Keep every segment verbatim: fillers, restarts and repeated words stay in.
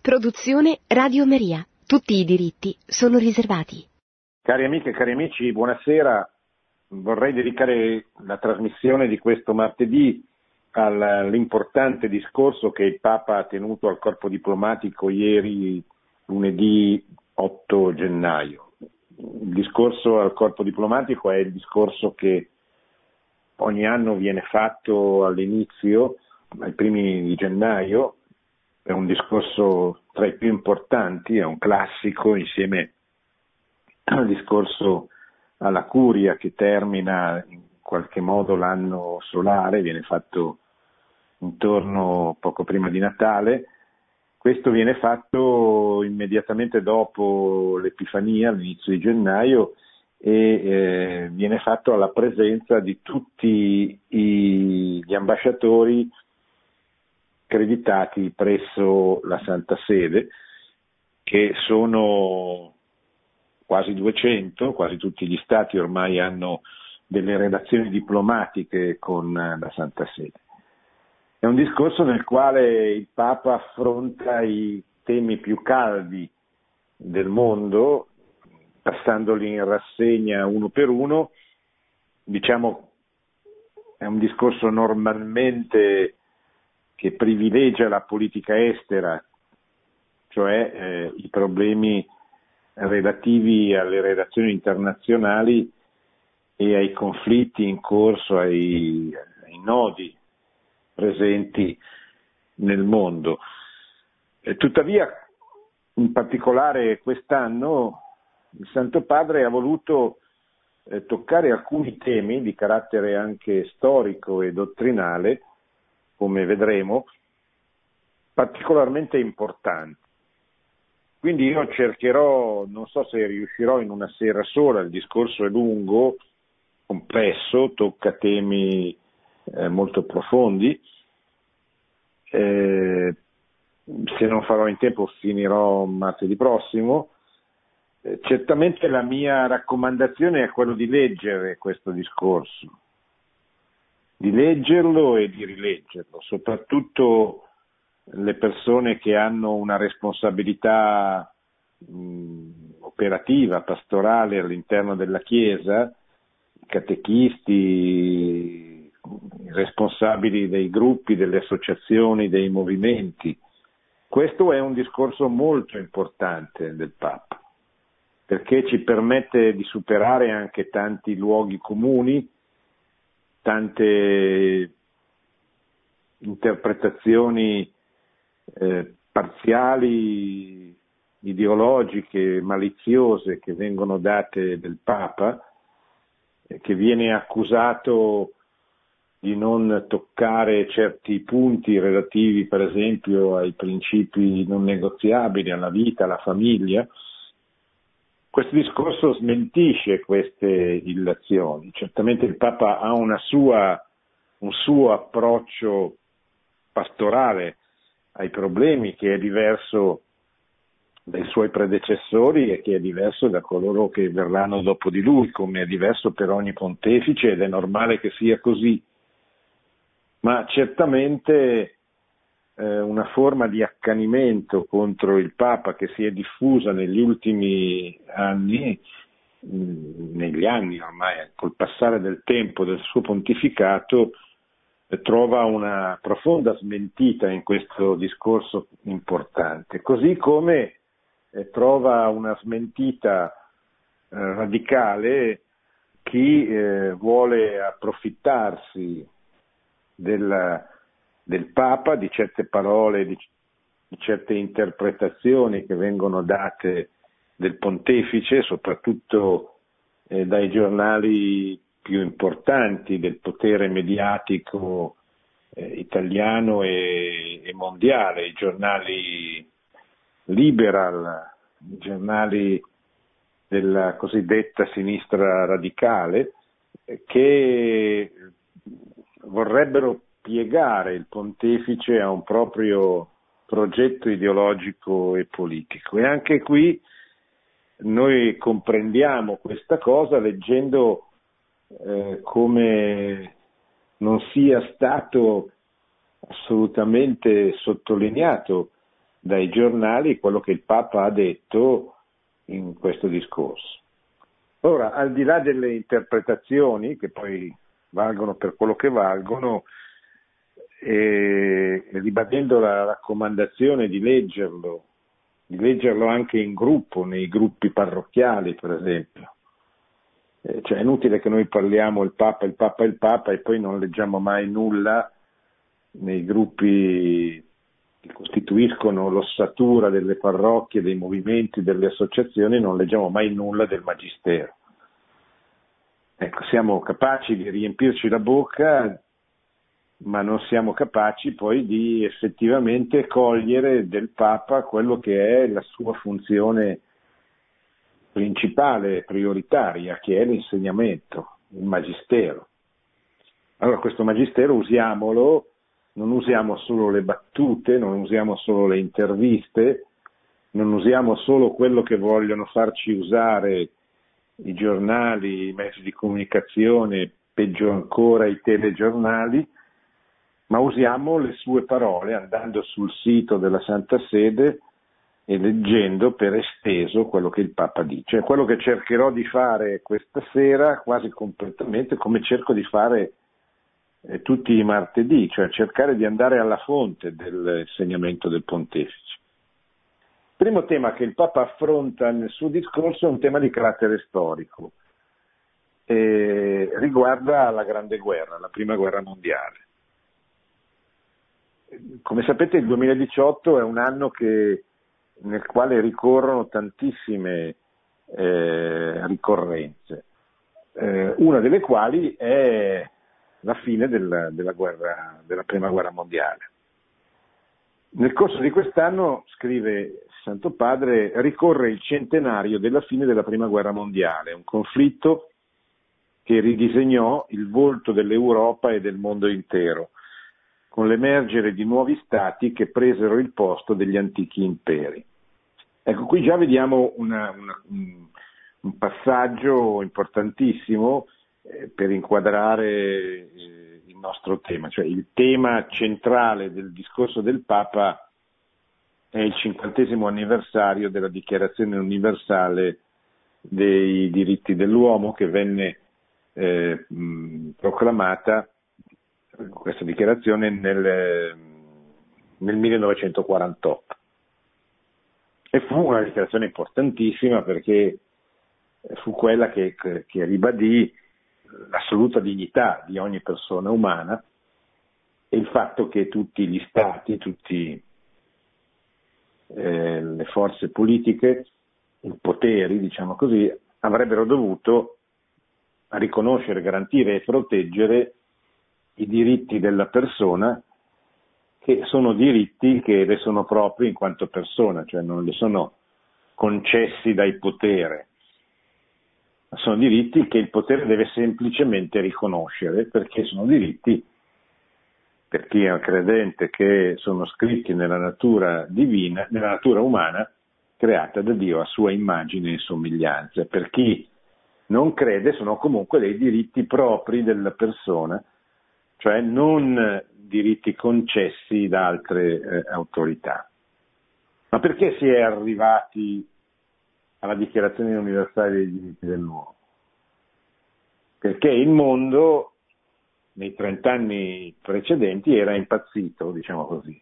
Produzione Radio Maria. Tutti i diritti sono riservati. Cari amiche e cari amici, buonasera. Vorrei dedicare la trasmissione di questo martedì all'importante discorso che il Papa ha tenuto al corpo diplomatico ieri, lunedì otto gennaio. Il discorso al corpo diplomatico è il discorso che ogni anno viene fatto all'inizio, ai primi di gennaio. È un discorso tra i più importanti, è un classico insieme al discorso alla Curia che termina in qualche modo l'anno solare, viene fatto intorno poco prima di Natale. Questo viene fatto immediatamente dopo l'Epifania, all'inizio di gennaio, e eh, viene fatto alla presenza di tutti i, gli ambasciatori accreditati presso la Santa Sede, che sono quasi duecento, quasi tutti gli stati ormai hanno delle relazioni diplomatiche con la Santa Sede. È un discorso nel quale il Papa affronta i temi più caldi del mondo, passandoli in rassegna uno per uno. Diciamo, è un discorso normalmente che privilegia la politica estera, cioè eh, i problemi relativi alle relazioni internazionali e ai conflitti in corso, ai, ai nodi presenti nel mondo. E tuttavia, in particolare quest'anno, il Santo Padre ha voluto eh, toccare alcuni temi di carattere anche storico e dottrinale, come vedremo, particolarmente importanti. Quindi io cercherò, non so se riuscirò in una sera sola, il discorso è lungo, complesso, tocca temi eh, molto profondi, eh, se non farò in tempo finirò martedì prossimo. Eh, certamente la mia raccomandazione è quello di leggere questo discorso, di leggerlo e di rileggerlo, soprattutto le persone che hanno una responsabilità mh, operativa, pastorale all'interno della Chiesa, i catechisti, i responsabili dei gruppi, delle associazioni, dei movimenti. Questo è un discorso molto importante del Papa, perché ci permette di superare anche tanti luoghi comuni, tante interpretazioni eh, parziali, ideologiche, maliziose che vengono date del Papa, eh, che viene accusato di non toccare certi punti relativi per esempio ai principi non negoziabili, alla vita, alla famiglia. Questo discorso smentisce queste illazioni. Certamente il Papa ha una sua, un suo approccio pastorale ai problemi che è diverso dai suoi predecessori e che è diverso da coloro che verranno dopo di lui, come è diverso per ogni pontefice, ed è normale che sia così. Ma certamente eh, una forma di accanimento contro il Papa che si è diffusa negli ultimi anni, mh, negli anni ormai, col passare del tempo del suo pontificato, eh, trova una profonda smentita in questo discorso importante, così come eh, trova una smentita eh, radicale chi eh, vuole approfittarsi del, del Papa, di certe parole, di, di certe interpretazioni che vengono date del pontefice, soprattutto eh, dai giornali più importanti del potere mediatico eh, italiano e, e mondiale, i giornali liberal, i giornali della cosiddetta sinistra radicale, eh, che vorrebbero piegare il pontefice a un proprio progetto ideologico e politico. E anche qui noi comprendiamo questa cosa leggendo eh, come non sia stato assolutamente sottolineato dai giornali quello che il Papa ha detto in questo discorso. Ora, al di là delle interpretazioni, che poi valgono per quello che valgono, e ribadendo la raccomandazione di leggerlo, di leggerlo anche in gruppo, nei gruppi parrocchiali per esempio. Eh, cioè è inutile che noi parliamo il Papa, il Papa, il Papa e poi non leggiamo mai nulla nei gruppi che costituiscono l'ossatura delle parrocchie, dei movimenti, delle associazioni, non leggiamo mai nulla del Magistero. Ecco, siamo capaci di riempirci la bocca, ma non siamo capaci poi di effettivamente cogliere del Papa quello che è la sua funzione principale, prioritaria, che è l'insegnamento, il Magistero. Allora questo Magistero usiamolo, non usiamo solo le battute, non usiamo solo le interviste, non usiamo solo quello che vogliono farci usare i giornali, i mezzi di comunicazione, peggio ancora i telegiornali, ma usiamo le sue parole andando sul sito della Santa Sede e leggendo per esteso quello che il Papa dice. È quello che cercherò di fare questa sera quasi completamente, come cerco di fare eh, tutti i martedì, cioè cercare di andare alla fonte dell'insegnamento del Pontefice. Il primo tema che il Papa affronta nel suo discorso è un tema di carattere storico, e riguarda la Grande Guerra, la Prima Guerra Mondiale. Come sapete il duemiladiciotto è un anno che, nel quale ricorrono tantissime eh, ricorrenze, eh, una delle quali è la fine della, della, guerra, della Prima Guerra Mondiale. Nel corso di quest'anno, scrive Santo Padre, ricorre il centenario della fine della Prima Guerra Mondiale, un conflitto che ridisegnò il volto dell'Europa e del mondo intero, con l'emergere di nuovi stati che presero il posto degli antichi imperi. Ecco, qui già vediamo una, una, un, un passaggio importantissimo eh, per inquadrare eh, il nostro tema, cioè il tema centrale del discorso del Papa è il cinquantesimo anniversario della Dichiarazione Universale dei diritti dell'uomo, che venne eh, mh, proclamata, questa dichiarazione, nel, nel millenovecentoquarantotto. E fu una dichiarazione importantissima perché fu quella che, che, che ribadì l'assoluta dignità di ogni persona umana e il fatto che tutti gli stati, tutte eh, le forze politiche, i poteri, diciamo così, avrebbero dovuto riconoscere, garantire e proteggere i diritti della persona, che sono diritti che le sono propri in quanto persona, cioè non le sono concessi dal potere, ma sono diritti che il potere deve semplicemente riconoscere, perché sono diritti, per chi è credente, che sono scritti nella natura divina, nella natura umana, creata da Dio a sua immagine e somiglianza. Per chi non crede sono comunque dei diritti propri della persona, cioè non diritti concessi da altre eh, autorità. Ma perché si è arrivati alla Dichiarazione Universale dei diritti dell'uomo? Perché il mondo nei trent'anni precedenti era impazzito, diciamo così.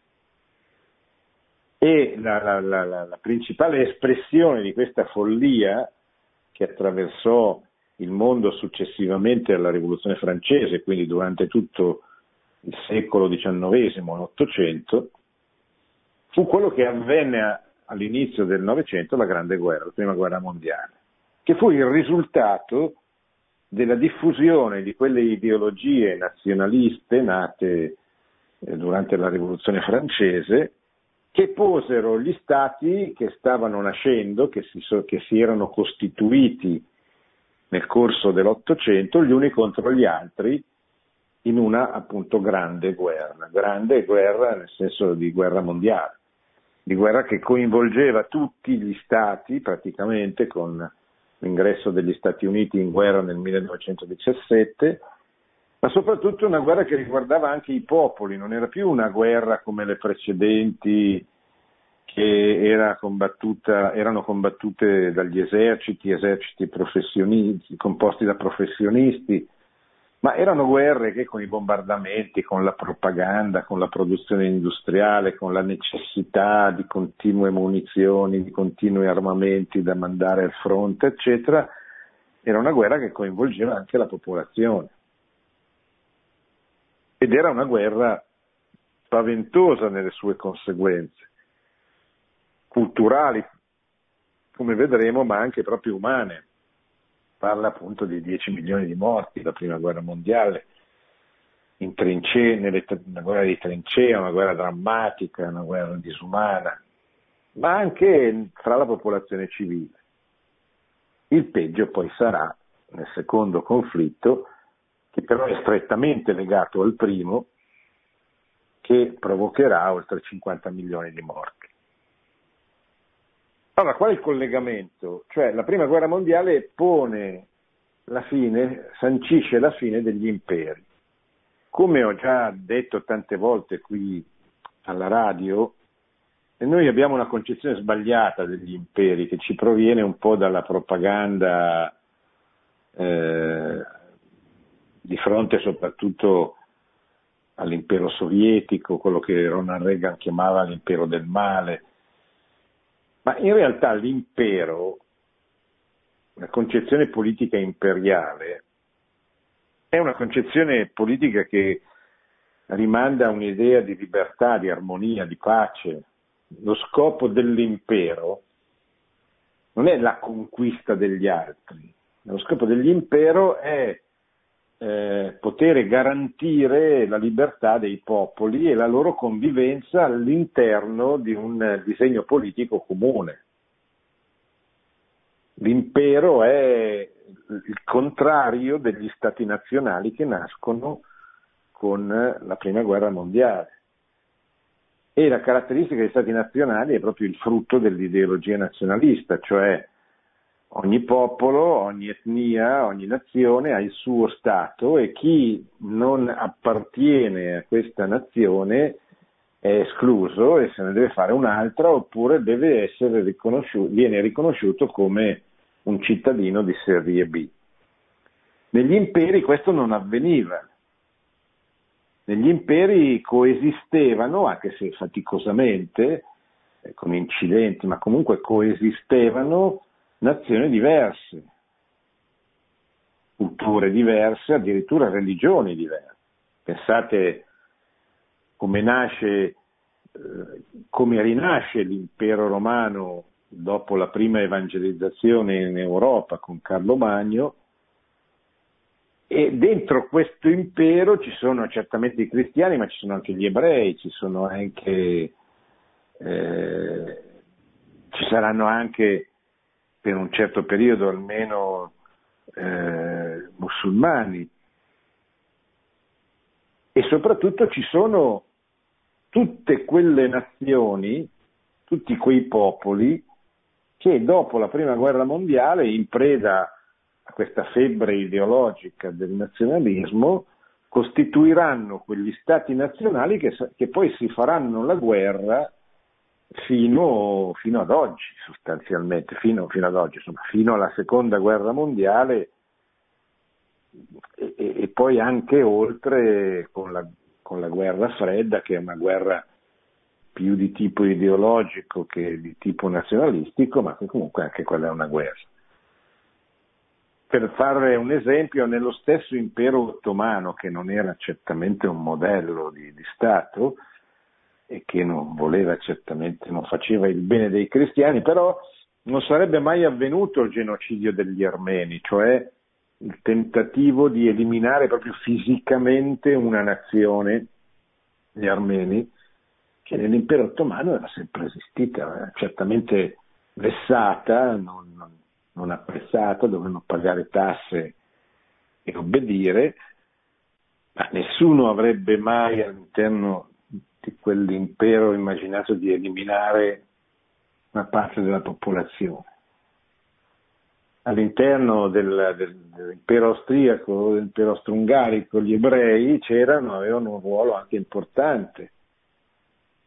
E la, la, la, la principale espressione di questa follia che attraversò il mondo successivamente alla Rivoluzione francese, quindi durante tutto il secolo diciannovesimo, l'Ottocento, fu quello che avvenne all'inizio del Novecento, la Grande Guerra, la Prima Guerra Mondiale, che fu il risultato della diffusione di quelle ideologie nazionaliste nate durante la Rivoluzione francese, che posero gli stati che stavano nascendo, che si, che si erano costituiti nel corso dell'Ottocento, gli uni contro gli altri, in una appunto grande guerra, grande guerra nel senso di guerra mondiale, di guerra che coinvolgeva tutti gli stati praticamente, con l'ingresso degli Stati Uniti in guerra nel millenovecentodiciassette, ma soprattutto una guerra che riguardava anche i popoli, non era più una guerra come le precedenti che era combattuta, erano combattute dagli eserciti, eserciti professionisti, composti da professionisti, ma erano guerre che con i bombardamenti, con la propaganda, con la produzione industriale, con la necessità di continue munizioni, di continui armamenti da mandare al fronte, eccetera, era una guerra che coinvolgeva anche la popolazione. Ed era una guerra spaventosa nelle sue conseguenze, culturali, come vedremo, ma anche proprio umane. Parla appunto di dieci milioni di morti la prima guerra mondiale, in trincee, nelle, una guerra di trincea, una guerra drammatica, una guerra disumana, ma anche fra la popolazione civile. Il peggio poi sarà nel secondo conflitto, che però è strettamente legato al primo, che provocherà oltre cinquanta milioni di morti. Allora, qual è il collegamento? Cioè, la prima guerra mondiale pone la fine, sancisce la fine degli imperi. Come ho già detto tante volte qui alla radio, noi abbiamo una concezione sbagliata degli imperi che ci proviene un po' dalla propaganda eh, di fronte soprattutto all'impero sovietico, quello che Ronald Reagan chiamava l'impero del male. Ma in realtà l'impero, la concezione politica imperiale, è una concezione politica che rimanda a un'idea di libertà, di armonia, di pace. Lo scopo dell'impero non è la conquista degli altri, lo scopo dell'impero è eh, poter garantire la libertà dei popoli e la loro convivenza all'interno di un disegno politico comune. L'impero è il contrario degli stati nazionali che nascono con la prima guerra mondiale. E la caratteristica degli stati nazionali è proprio il frutto dell'ideologia nazionalista, cioè ogni popolo, ogni etnia, ogni nazione ha il suo Stato e chi non appartiene a questa nazione è escluso e se ne deve fare un'altra oppure deve essere riconosciuto, viene riconosciuto come un cittadino di serie B. Negli imperi questo non avveniva. Negli imperi coesistevano, anche se faticosamente, eh, con incidenti, ma comunque coesistevano nazioni diverse, culture diverse, addirittura religioni diverse. Pensate come nasce, eh, come rinasce l'impero romano dopo la prima evangelizzazione in Europa con Carlo Magno, e dentro questo impero ci sono certamente i cristiani, ma ci sono anche gli ebrei, ci sono anche, eh, ci saranno anche per un certo periodo almeno eh, musulmani, e soprattutto ci sono tutte quelle nazioni, tutti quei popoli che dopo la prima guerra mondiale, in preda a questa febbre ideologica del nazionalismo, costituiranno quegli stati nazionali che, che poi si faranno la guerra fino, fino ad oggi, sostanzialmente, fino, fino ad oggi, insomma, fino alla seconda guerra mondiale e, e poi anche oltre con la, con la guerra fredda, che è una guerra più di tipo ideologico che di tipo nazionalistico, ma che comunque anche quella è una guerra. Per fare un esempio, nello stesso impero ottomano, che non era certamente un modello di, di Stato e che non voleva certamente, non faceva il bene dei cristiani, però non sarebbe mai avvenuto il genocidio degli armeni, cioè il tentativo di eliminare proprio fisicamente una nazione, gli armeni, che nell'impero ottomano era sempre esistita, eh, certamente vessata, non, non, non apprezzata, dovevano pagare tasse e obbedire, ma nessuno avrebbe mai all'interno di quell'impero immaginato di eliminare una parte della popolazione. All'interno del, del, dell'impero austriaco, dell'impero austro-ungarico, gli ebrei c'erano, avevano un ruolo anche importante.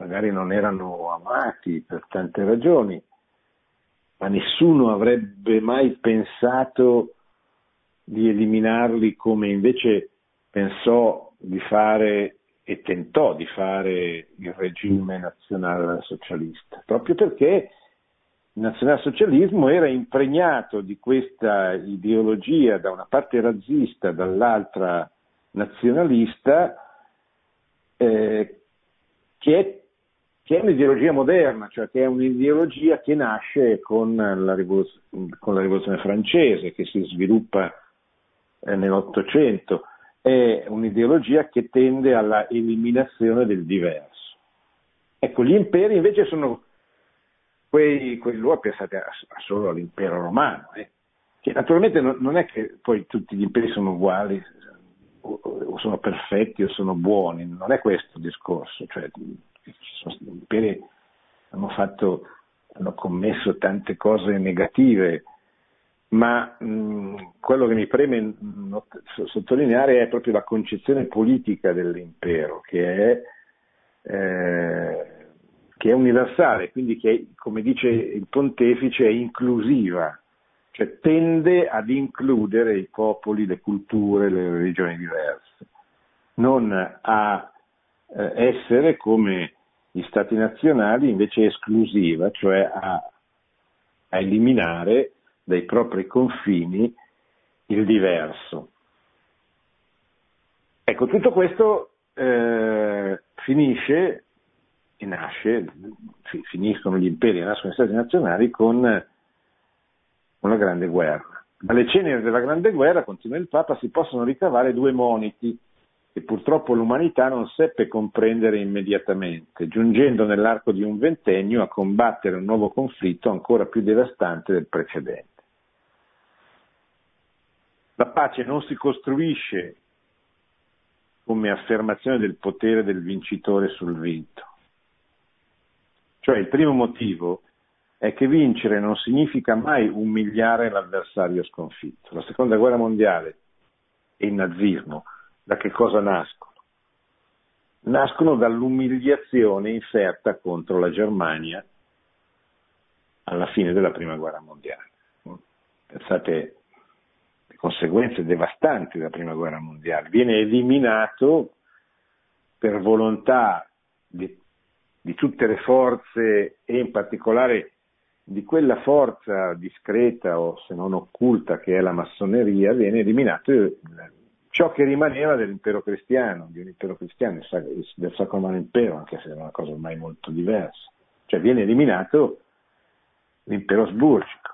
magari non erano amati per tante ragioni, ma nessuno avrebbe mai pensato di eliminarli come invece pensò di fare e tentò di fare il regime nazionalsocialista, proprio perché il nazionalsocialismo era impregnato di questa ideologia, da una parte razzista, dall'altra nazionalista, eh, che, è, che è un'ideologia moderna, cioè che è un'ideologia che nasce con la, rivoluz- con la rivoluzione francese, che si sviluppa eh, nell'Ottocento. È un'ideologia che tende alla eliminazione del diverso. Ecco, gli imperi invece sono quei, quei loro pensate a, a solo all'impero romano, eh, che naturalmente non, non è che poi tutti gli imperi sono uguali, o, o sono perfetti o sono buoni, non è questo il discorso, cioè gli imperi hanno fatto, hanno commesso tante cose negative, ma mh, quello che mi preme not- sottolineare è proprio la concezione politica dell'impero, che è, eh, che è universale, quindi che, è, come dice il pontefice, è inclusiva, cioè tende ad includere i popoli, le culture, le religioni diverse, non a eh, essere come gli stati nazionali invece esclusiva, cioè a, a eliminare dai propri confini il diverso. Ecco, tutto questo eh, finisce e nasce, finiscono gli imperi e nascono gli stati nazionali con una grande guerra. Dalle ceneri della grande guerra, continua il Papa, si possono ricavare due moniti che purtroppo l'umanità non seppe comprendere immediatamente, giungendo nell'arco di un ventennio a combattere un nuovo conflitto ancora più devastante del precedente. La pace non si costruisce come affermazione del potere del vincitore sul vinto. Cioè il primo motivo è che vincere non significa mai umiliare l'avversario sconfitto. La seconda guerra mondiale e il nazismo da che cosa nascono? Nascono dall'umiliazione inferta contro la Germania alla fine della prima guerra mondiale. Pensate alle conseguenze devastanti della prima guerra mondiale. Viene eliminato per volontà di, di tutte le forze e in particolare di quella forza discreta o se non occulta che è la massoneria, viene eliminato il, ciò che rimaneva dell'impero cristiano, di un impero cristiano, del Sacro Romano Impero, anche se è una cosa ormai molto diversa. Cioè viene eliminato l'impero asburgico.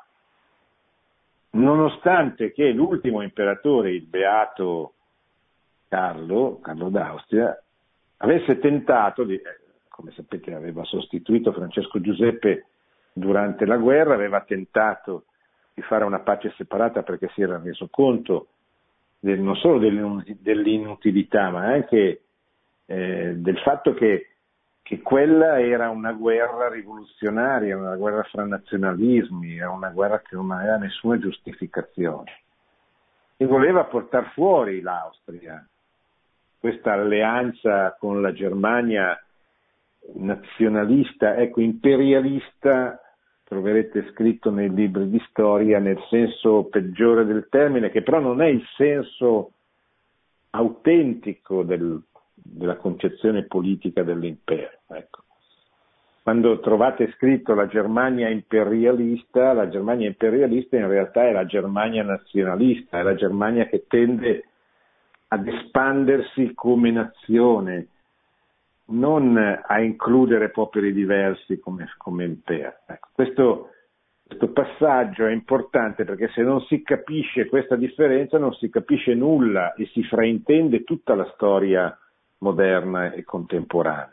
Nonostante che l'ultimo imperatore, il beato Carlo, Carlo d'Austria, avesse tentato, di, come sapete aveva sostituito Francesco Giuseppe durante la guerra, aveva tentato di fare una pace separata perché si era reso conto del, non solo dell'inutilità, ma anche eh, del fatto che, che quella era una guerra rivoluzionaria, una guerra fra nazionalismi, era una guerra che non aveva nessuna giustificazione. E voleva portare fuori l'Austria, questa alleanza con la Germania nazionalista, ecco, imperialista, troverete scritto nei libri di storia nel senso peggiore del termine, che però non è il senso autentico del, della concezione politica dell'impero. Ecco. Quando trovate scritto la Germania imperialista, la Germania imperialista in realtà è la Germania nazionalista, è la Germania che tende ad espandersi come nazione, non a includere popoli diversi come, come impero. Ecco, questo, questo passaggio è importante perché se non si capisce questa differenza non si capisce nulla e si fraintende tutta la storia moderna e contemporanea.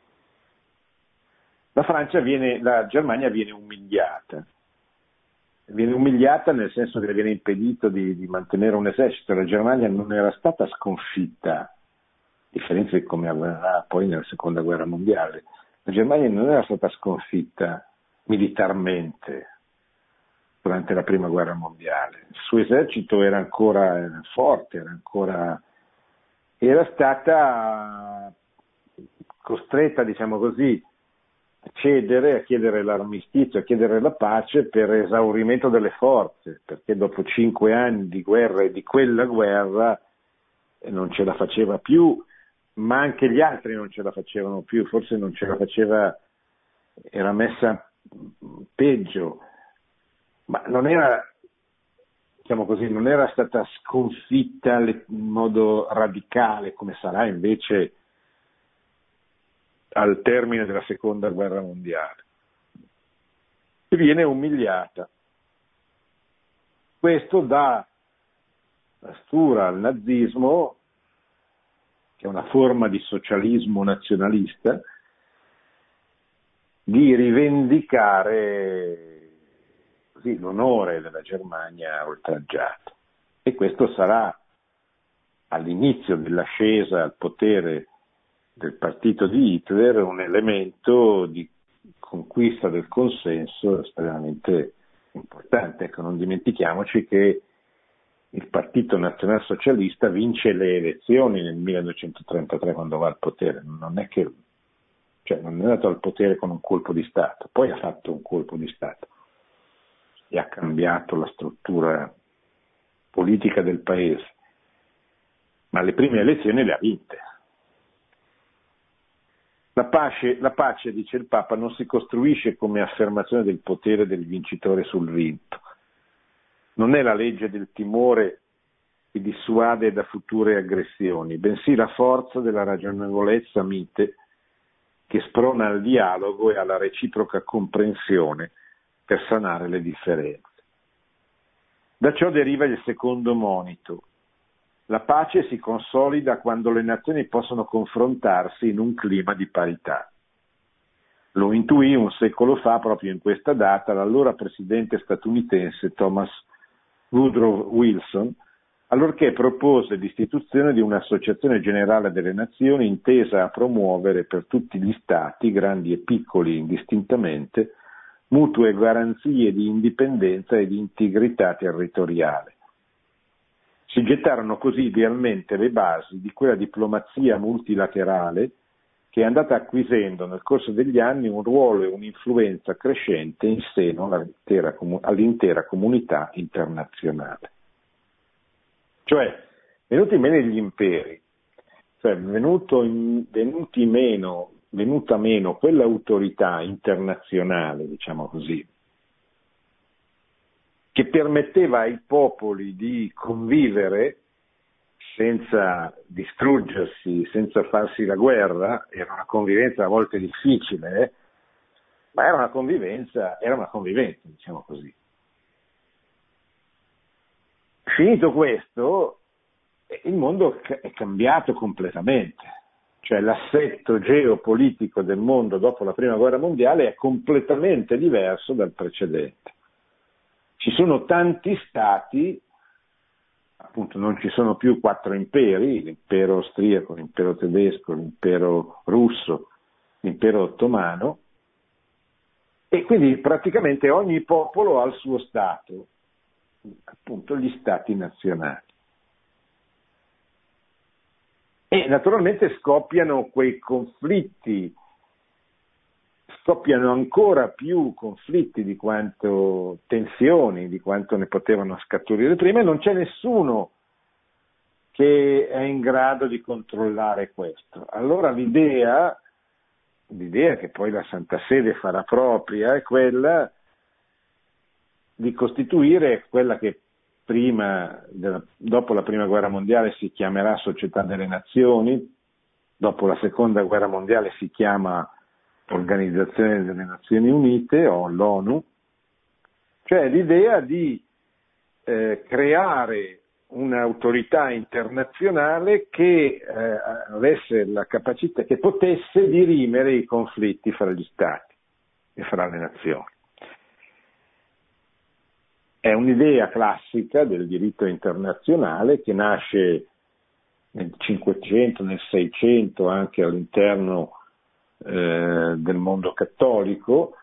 La Francia viene, la Germania viene umiliata, viene umiliata nel senso che le viene impedito di, di mantenere un esercito. La Germania non era stata sconfitta, a differenza di come avverrà poi nella seconda guerra mondiale. La Germania non era stata sconfitta militarmente durante la prima guerra mondiale, il suo esercito era ancora era forte, era ancora era stata costretta, diciamo così, a cedere, a chiedere l'armistizio, a chiedere la pace per esaurimento delle forze, perché dopo cinque anni di guerra e di quella guerra non ce la faceva più, ma anche gli altri non ce la facevano più, forse non ce la faceva, era messa peggio, ma non era, diciamo così, non era stata sconfitta in modo radicale come sarà invece al termine della seconda guerra mondiale. E viene umiliata. Questo dà la stura al nazismo, che è una forma di socialismo nazionalista, di rivendicare così l'onore della Germania oltraggiata. E questo sarà all'inizio dell'ascesa al potere del partito di Hitler un elemento di conquista del consenso estremamente importante. Ecco, non dimentichiamoci che il Partito Nazionalsocialista vince le elezioni nel millenovecentotrentatré quando va al potere, non è che, cioè, non è andato al potere con un colpo di Stato, poi ha fatto un colpo di Stato e ha cambiato la struttura politica del paese, ma le prime elezioni le ha vinte. La pace, la pace, dice il Papa, non si costruisce come affermazione del potere del vincitore sul vinto. Non è la legge del timore che dissuade da future aggressioni, bensì la forza della ragionevolezza mite che sprona al dialogo e alla reciproca comprensione per sanare le differenze. Da ciò deriva il secondo monito. La pace si consolida quando le nazioni possono confrontarsi in un clima di parità. Lo intuì un secolo fa, proprio in questa data, l'allora presidente statunitense Thomas Woodrow Wilson, allorché propose l'istituzione di un'associazione generale delle nazioni intesa a promuovere per tutti gli stati, grandi e piccoli indistintamente, mutue garanzie di indipendenza e di integrità territoriale. Si gettarono così idealmente le basi di quella diplomazia multilaterale che è andata acquisendo nel corso degli anni un ruolo e un'influenza crescente in seno all'intera, all'intera comunità internazionale. Cioè, venuti meno gli imperi, cioè venuto in, venuti meno, venuta meno quell'autorità internazionale, diciamo così, che permetteva ai popoli di convivere senza distruggersi, senza farsi la guerra. Era una convivenza a volte difficile, eh? ma era una convivenza, era una convivenza, diciamo così. Finito questo, il mondo è cambiato completamente, cioè l'assetto geopolitico del mondo dopo la prima guerra mondiale è completamente diverso dal precedente. Ci sono tanti stati, appunto non ci sono più quattro imperi, l'impero austriaco, l'impero tedesco, l'impero russo, l'impero ottomano, e quindi praticamente ogni popolo ha il suo stato, appunto gli stati nazionali. E naturalmente scoppiano quei conflitti, scoppiano ancora più conflitti di quanto tensioni, di quanto ne potevano scaturire prima, e non c'è nessuno che è in grado di controllare questo. Allora l'idea, l'idea che poi la Santa Sede farà propria è quella di costituire quella che prima, della, dopo la prima guerra mondiale si chiamerà Società delle Nazioni, dopo la seconda guerra mondiale si chiama Organizzazione delle Nazioni Unite o l'ONU, cioè l'idea di eh, creare un'autorità internazionale che eh, avesse la capacità, che potesse dirimere i conflitti fra gli stati e fra le nazioni. È un'idea classica del diritto internazionale che nasce nel Cinquecento, nel Seicento, anche all'interno eh, del mondo cattolico,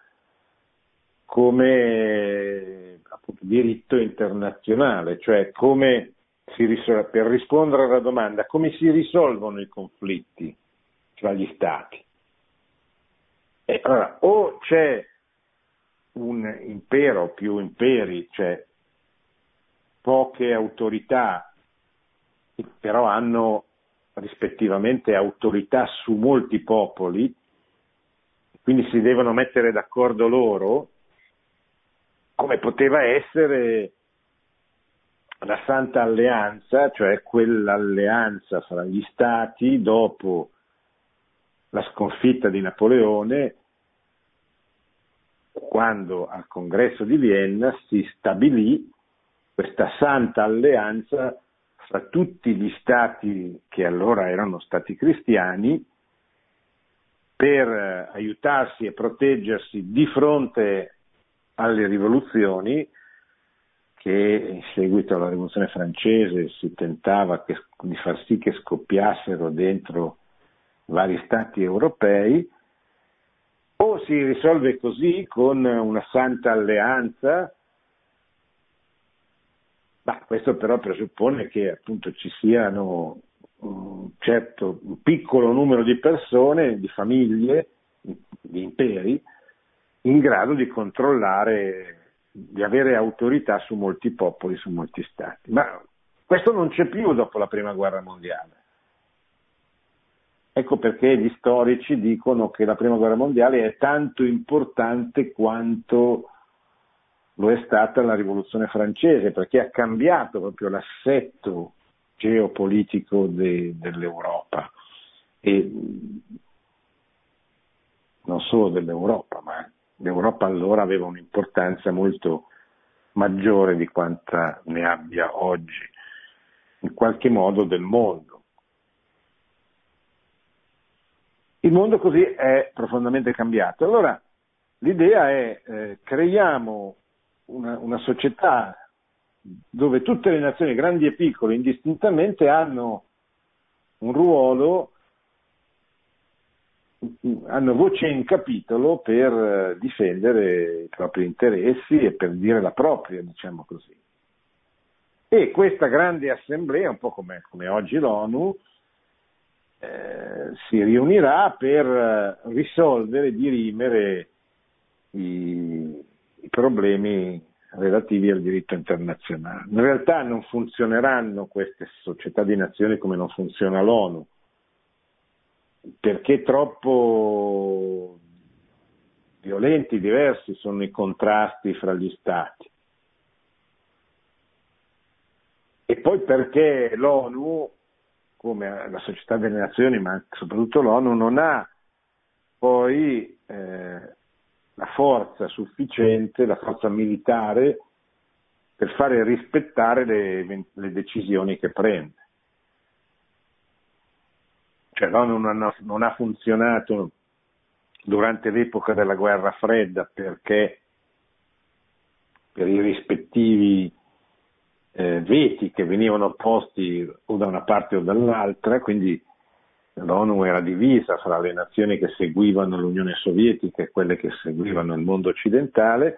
come appunto diritto internazionale, cioè come si risol- per rispondere alla domanda come si risolvono i conflitti tra gli stati. E allora, o c'è un impero, più imperi, cioè poche autorità, che però hanno rispettivamente autorità su molti popoli, quindi si devono mettere d'accordo loro, come poteva essere la Santa Alleanza, cioè quell'alleanza fra gli stati dopo la sconfitta di Napoleone, quando al Congresso di Vienna si stabilì questa Santa Alleanza fra tutti gli stati che allora erano stati cristiani, per aiutarsi e proteggersi di fronte alle rivoluzioni che in seguito alla rivoluzione francese si tentava che, di far sì che scoppiassero dentro vari stati europei. O si risolve così con una santa alleanza, ma questo però presuppone che appunto ci siano un certo un piccolo numero di persone, di famiglie, di imperi, in grado di controllare, di avere autorità su molti popoli, su molti stati. Ma questo non c'è più dopo la Prima Guerra Mondiale. Ecco perché gli storici dicono che la Prima Guerra Mondiale è tanto importante quanto lo è stata la Rivoluzione Francese, perché ha cambiato proprio l'assetto geopolitico de, dell'Europa, e non solo dell'Europa, ma l'Europa allora aveva un'importanza molto maggiore di quanta ne abbia oggi, in qualche modo del mondo. Il mondo così è profondamente cambiato. Allora l'idea è eh, creiamo una, una società dove tutte le nazioni, grandi e piccole, indistintamente, hanno un ruolo, hanno voce in capitolo per difendere i propri interessi e per dire la propria, diciamo così. E questa grande assemblea, un po' come, come oggi l'ONU, eh, si riunirà per risolvere, dirimere i, i problemi relativi al diritto internazionale. In realtà non funzioneranno queste società di nazioni come non funziona l'ONU, perché troppo violenti, diversi sono i contrasti fra gli stati. E poi perché l'ONU, come la Società delle Nazioni, ma soprattutto l'ONU, non ha poi eh, la forza sufficiente, la forza militare, per fare rispettare le, le decisioni che prende. Cioè l'ONU non ha, non ha funzionato durante l'epoca della guerra fredda perché per i rispettivi eh, veti che venivano posti o da una parte o dall'altra, quindi l'ONU era divisa fra le nazioni che seguivano l'Unione Sovietica e quelle che seguivano il mondo occidentale,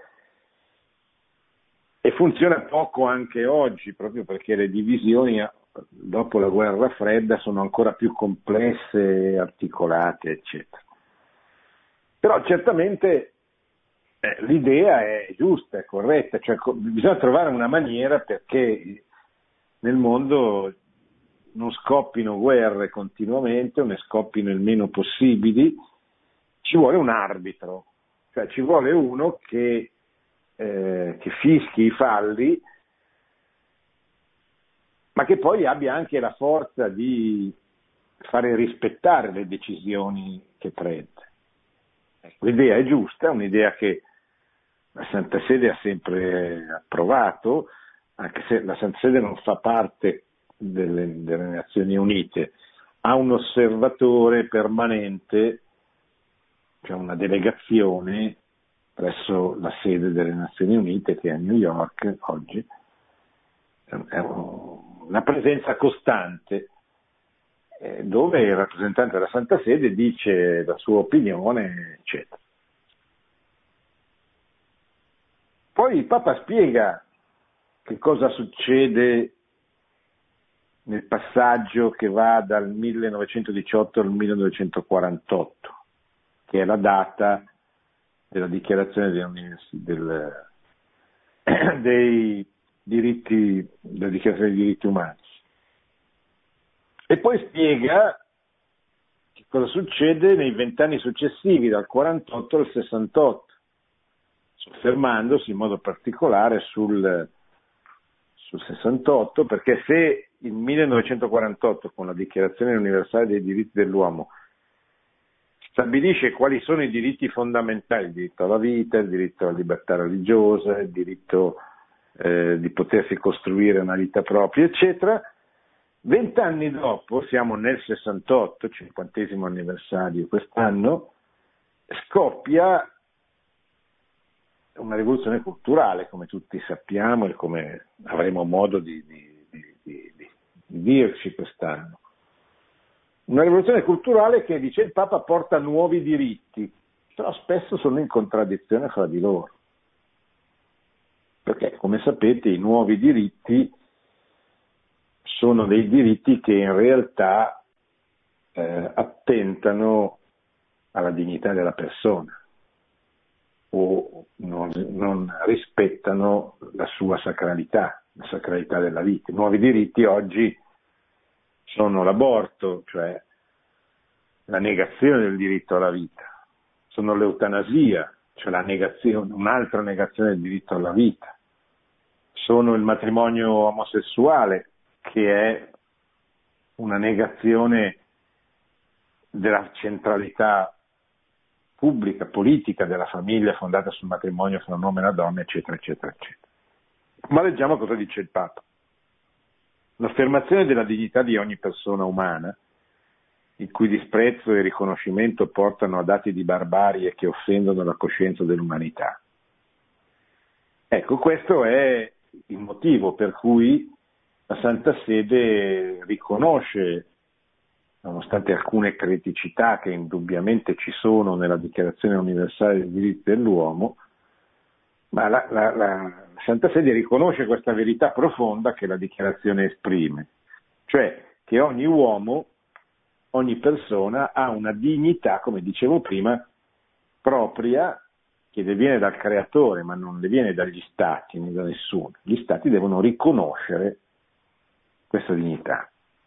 e funziona poco anche oggi, proprio perché le divisioni dopo la guerra fredda sono ancora più complesse, articolate, eccetera. Però certamente eh, l'idea è giusta, è corretta, cioè co- bisogna trovare una maniera perché nel mondo non scoppino guerre continuamente o ne scoppino il meno possibili. Ci vuole un arbitro, cioè ci vuole uno che, eh, che fischi i falli, ma che poi abbia anche la forza di fare rispettare le decisioni che prende. L'idea è giusta, è un'idea che la Santa Sede ha sempre approvato, anche se la Santa Sede non fa parte delle, delle Nazioni Unite, ha un osservatore permanente, cioè una delegazione presso la sede delle Nazioni Unite, che è a New York oggi, è una presenza costante, dove il rappresentante della Santa Sede dice la sua opinione, eccetera. Poi il Papa spiega che cosa succede nel passaggio che va dal millenovecentodiciotto al millenovecentoquarantotto. che è la data della dichiarazione dei, del, dei diritti, della dichiarazione dei diritti umani. E poi spiega che cosa succede nei vent'anni successivi, dal quarantotto al sessantotto, soffermandosi in modo particolare sul, sul sessantotto, perché se il millenovecentoquarantotto, con la Dichiarazione universale dei diritti dell'uomo, stabilisce quali sono i diritti fondamentali, il diritto alla vita, il diritto alla libertà religiosa, il diritto eh, di potersi costruire una vita propria, eccetera, vent'anni dopo, siamo nel sessantotto, cinquantesimo anniversario quest'anno, scoppia una rivoluzione culturale, come tutti sappiamo e come avremo modo di, di, di, di, di dirci quest'anno. Una rivoluzione culturale che, dice il Papa, porta nuovi diritti, però spesso sono in contraddizione fra di loro. Perché, come sapete, i nuovi diritti sono dei diritti che in realtà eh, attentano alla dignità della persona o non, non rispettano la sua sacralità, la sacralità della vita. I nuovi diritti oggi sono l'aborto, cioè la negazione del diritto alla vita, sono l'eutanasia, cioè la negazione, un'altra negazione del diritto alla vita, sono il matrimonio omosessuale, che è una negazione della centralità pubblica, politica della famiglia fondata sul matrimonio fra un uomo e una donna, eccetera, eccetera, eccetera. Ma leggiamo cosa dice il Papa. L'affermazione della dignità di ogni persona umana, il cui disprezzo e riconoscimento portano ad atti di barbarie che offendono la coscienza dell'umanità. Ecco, questo è il motivo per cui la Santa Sede riconosce, nonostante alcune criticità che indubbiamente ci sono nella Dichiarazione universale dei diritti dell'uomo, ma la, la, la Santa Sede riconosce questa verità profonda che la Dichiarazione esprime, cioè che ogni uomo, ogni persona ha una dignità, come dicevo prima, propria, che le viene dal Creatore, ma non le viene dagli Stati, né da nessuno. Gli Stati devono riconoscere questa dignità.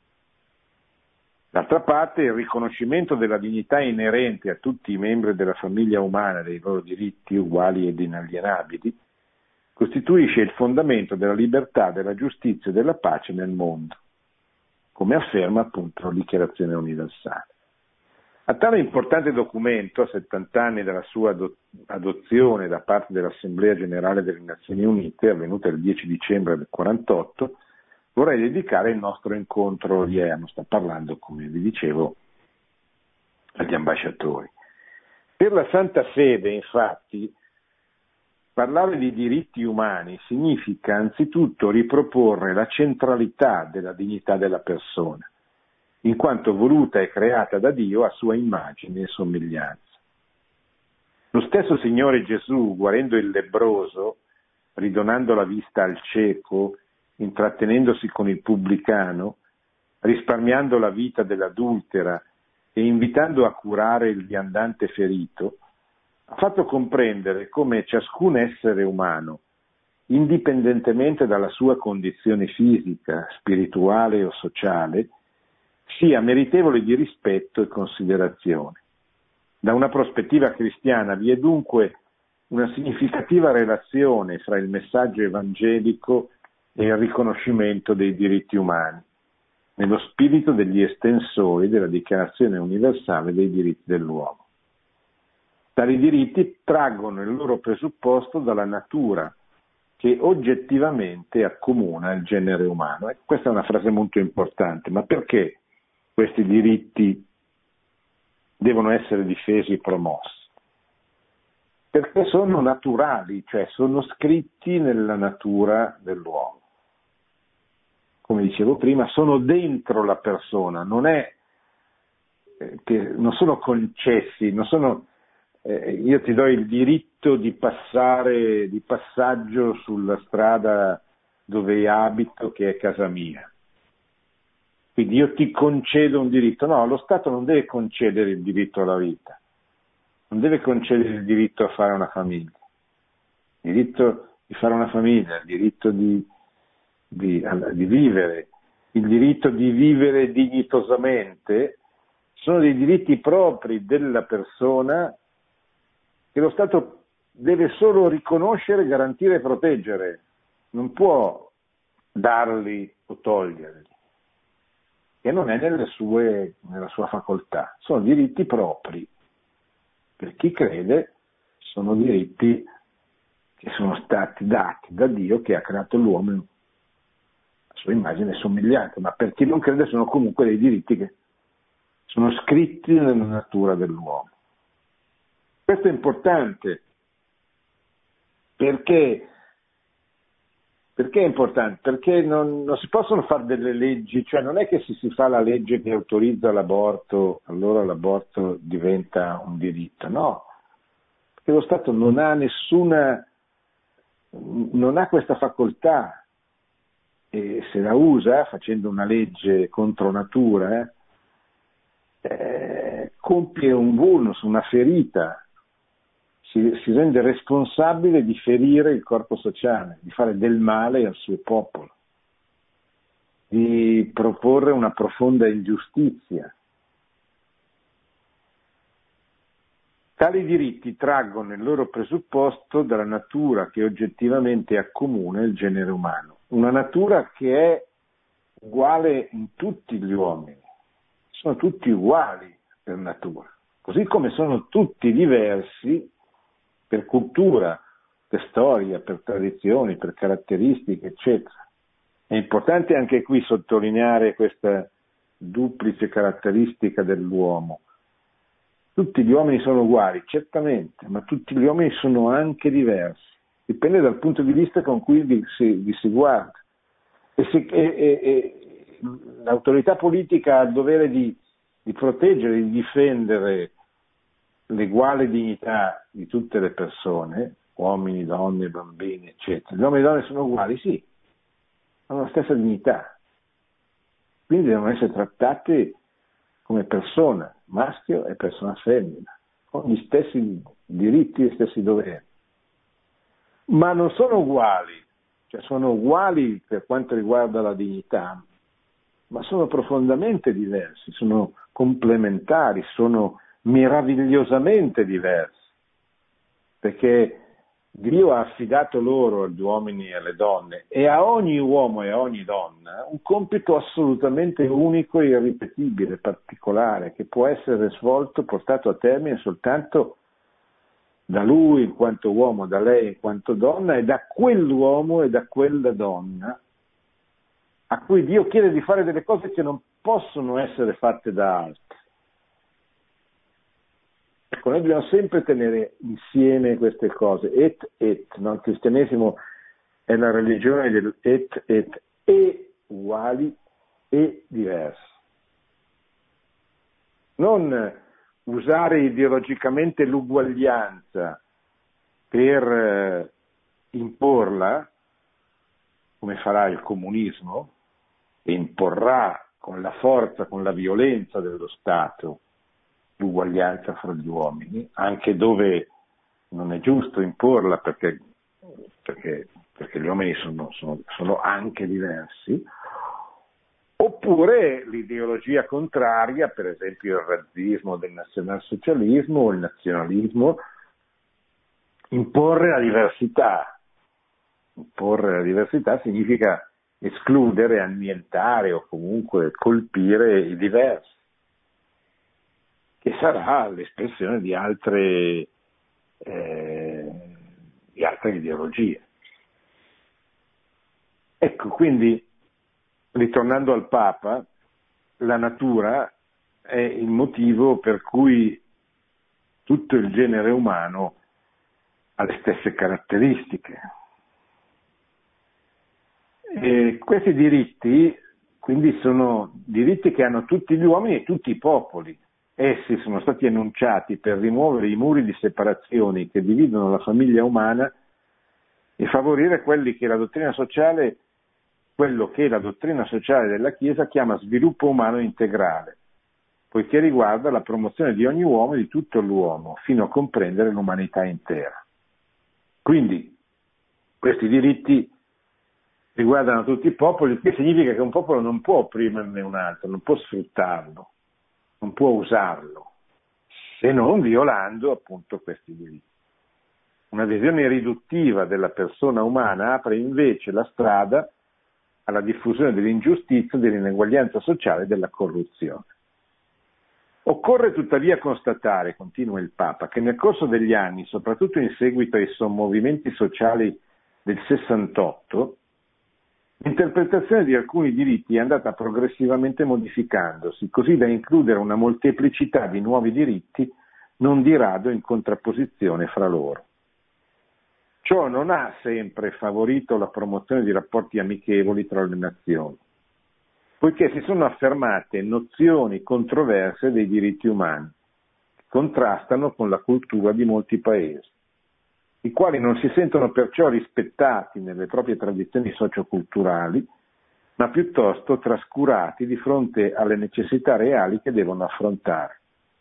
D'altra parte, il riconoscimento della dignità inerente a tutti i membri della famiglia umana, dei loro diritti uguali ed inalienabili, costituisce il fondamento della libertà, della giustizia e della pace nel mondo, come afferma appunto la Dichiarazione universale. A tale importante documento, a settanta anni dalla sua adozione da parte dell'Assemblea Generale delle Nazioni Unite, avvenuta il dieci dicembre del quarantotto, vorrei dedicare il nostro incontro odierno. Sta parlando, come vi dicevo, agli ambasciatori. Per la Santa Sede, infatti, parlare di diritti umani significa anzitutto riproporre la centralità della dignità della persona, in quanto voluta e creata da Dio a sua immagine e somiglianza. Lo stesso Signore Gesù, guarendo il lebbroso, ridonando la vista al cieco, intrattenendosi con il pubblicano, risparmiando la vita dell'adultera e invitando a curare il viandante ferito, ha fatto comprendere come ciascun essere umano, indipendentemente dalla sua condizione fisica, spirituale o sociale, sia meritevole di rispetto e considerazione. Da una prospettiva cristiana vi è dunque una significativa relazione fra il messaggio evangelico e il riconoscimento dei diritti umani, nello spirito degli estensori della Dichiarazione universale dei diritti dell'uomo. Tali diritti traggono il loro presupposto dalla natura che oggettivamente accomuna il genere umano. E questa è una frase molto importante, ma perché questi diritti devono essere difesi e promossi? Perché sono naturali, cioè sono scritti nella natura dell'uomo. Come dicevo prima, sono dentro la persona, non è eh, che non sono concessi, non sono eh, io ti do il diritto di passare di passaggio sulla strada dove abito, che è casa mia. Quindi io ti concedo un diritto. No, lo Stato non deve concedere il diritto alla vita. non deve concedere il diritto a fare una famiglia, il diritto di fare una famiglia, il diritto di, di, di vivere, il diritto di vivere dignitosamente, sono dei diritti propri della persona che lo Stato deve solo riconoscere, garantire e proteggere, non può darli o toglierli, che non è nelle sue, nella sua facoltà, sono diritti propri. Per chi crede sono diritti che sono stati dati da Dio che ha creato l'uomo a sua immagine e somiglianza, ma per chi non crede sono comunque dei diritti che sono scritti nella natura dell'uomo. Questo è importante perché, perché è importante? Perché non, non si possono fare delle leggi, cioè non è che se si fa la legge che autorizza l'aborto, allora l'aborto diventa un diritto, no, perché lo Stato non ha nessuna, non ha questa facoltà e se la usa facendo una legge contro natura, eh, compie un vulnus, una ferita. Si, si rende responsabile di ferire il corpo sociale, di fare del male al suo popolo, di proporre una profonda ingiustizia. Tali diritti traggono il loro presupposto dalla natura che oggettivamente accomuna il genere umano, una natura che è uguale in tutti gli uomini, sono tutti uguali per natura, così come sono tutti diversi per cultura, per storia, per tradizioni, per caratteristiche, eccetera. È importante anche qui sottolineare questa duplice caratteristica dell'uomo. Tutti gli uomini sono uguali, certamente, ma tutti gli uomini sono anche diversi. Dipende dal punto di vista con cui vi si, vi si guarda. E se, e, e, e, l'autorità politica ha il dovere di, di proteggere, di difendere l'uguale dignità di tutte le persone, uomini, donne, bambini, eccetera. Gli uomini e le donne sono uguali, sì, hanno la stessa dignità, quindi devono essere trattati come persona, maschio e persona femmina, con gli stessi diritti e gli stessi doveri. Ma non sono uguali, cioè sono uguali per quanto riguarda la dignità, ma sono profondamente diversi, sono complementari, sono meravigliosamente diversi, perché Dio ha affidato loro, agli uomini e alle donne, e a ogni uomo e a ogni donna, un compito assolutamente unico e irripetibile, particolare, che può essere svolto, portato a termine soltanto da lui in quanto uomo, da lei in quanto donna, e da quell'uomo e da quella donna a cui Dio chiede di fare delle cose che non possono essere fatte da altri. Ecco, noi dobbiamo sempre tenere insieme queste cose, et et, no? Il cristianesimo è la religione del et et, e uguali e diversi. Non usare ideologicamente l'uguaglianza per eh, imporla, come farà il comunismo, e imporrà con la forza, con la violenza dello Stato, l'uguaglianza fra gli uomini, anche dove non è giusto imporla perché, perché, perché gli uomini sono, sono, sono anche diversi, oppure l'ideologia contraria, per esempio il razzismo del nazionalsocialismo o il nazionalismo, imporre la diversità. Imporre la diversità significa escludere, annientare o comunque colpire i diversi, che sarà l'espressione di altre, eh, di altre ideologie. Ecco, quindi, ritornando al Papa, la natura è il motivo per cui tutto il genere umano ha le stesse caratteristiche. E questi diritti, quindi, sono diritti che hanno tutti gli uomini e tutti i popoli. Essi sono stati enunciati per rimuovere i muri di separazioni che dividono la famiglia umana e favorire quelli che la dottrina sociale, quello che la dottrina sociale della Chiesa chiama sviluppo umano integrale. poiché riguarda la promozione di ogni uomo e di tutto l'uomo, fino a comprendere l'umanità intera. Quindi questi diritti riguardano tutti i popoli, il che significa che un popolo non può opprimerne un altro, non può sfruttarlo, non può usarlo, se non violando appunto questi diritti. Una visione riduttiva della persona umana apre invece la strada alla diffusione dell'ingiustizia, dell'ineguaglianza sociale e della corruzione. Occorre tuttavia constatare, continua il Papa, che nel corso degli anni, soprattutto in seguito ai sommovimenti sociali del sessantotto, l'interpretazione di alcuni diritti è andata progressivamente modificandosi, così da includere una molteplicità di nuovi diritti, non di rado in contrapposizione fra loro. Ciò non ha sempre favorito la promozione di rapporti amichevoli tra le nazioni, poiché si sono affermate nozioni controverse dei diritti umani, che contrastano con la cultura di molti paesi, i quali non si sentono perciò rispettati nelle proprie tradizioni socioculturali, ma piuttosto trascurati di fronte alle necessità reali che devono affrontare.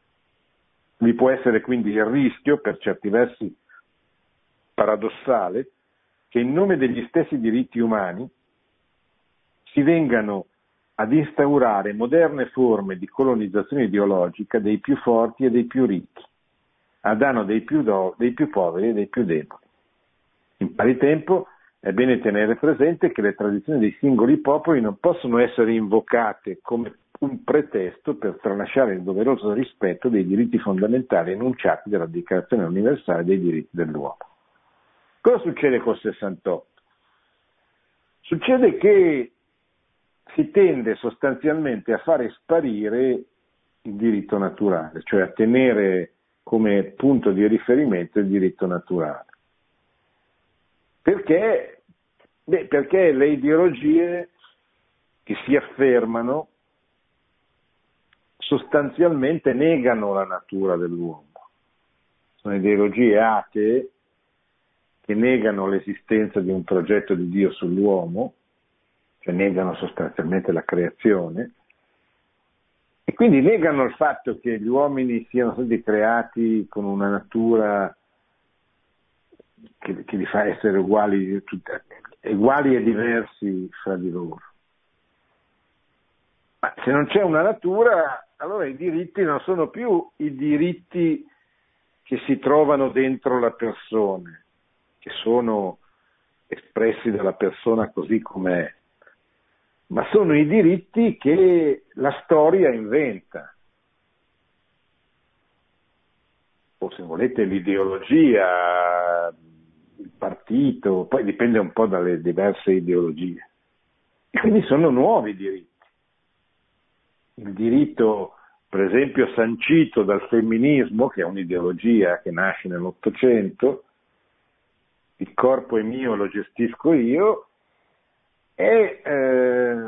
Vi può essere quindi il rischio, per certi versi paradossale, che in nome degli stessi diritti umani si vengano ad instaurare moderne forme di colonizzazione ideologica dei più forti e dei più ricchi, a danno dei più, do, dei più poveri e dei più deboli. In pari tempo è bene tenere presente che le tradizioni dei singoli popoli non possono essere invocate come un pretesto per tralasciare il doveroso rispetto dei diritti fondamentali enunciati dalla Dichiarazione universale dei diritti dell'uomo. Cosa succede col sessantotto? Succede che si tende sostanzialmente a fare sparire il diritto naturale, cioè a tenere come punto di riferimento il diritto naturale. Perché? Beh, perché le ideologie che si affermano sostanzialmente negano la natura dell'uomo. Sono ideologie atee che negano l'esistenza di un progetto di Dio sull'uomo, cioè negano sostanzialmente la creazione, e quindi negano il fatto che gli uomini siano stati creati con una natura che, che li fa essere uguali, uguali e diversi fra di loro. Ma se non c'è una natura, allora i diritti non sono più i diritti che si trovano dentro la persona, che sono espressi dalla persona così com'è, ma sono i diritti che la storia inventa, o se volete l'ideologia, il partito, poi dipende un po' dalle diverse ideologie. E quindi sono nuovi diritti. Il diritto, per esempio, sancito dal femminismo, che è un'ideologia che nasce nell'Ottocento, il corpo è mio, lo gestisco io, è, eh,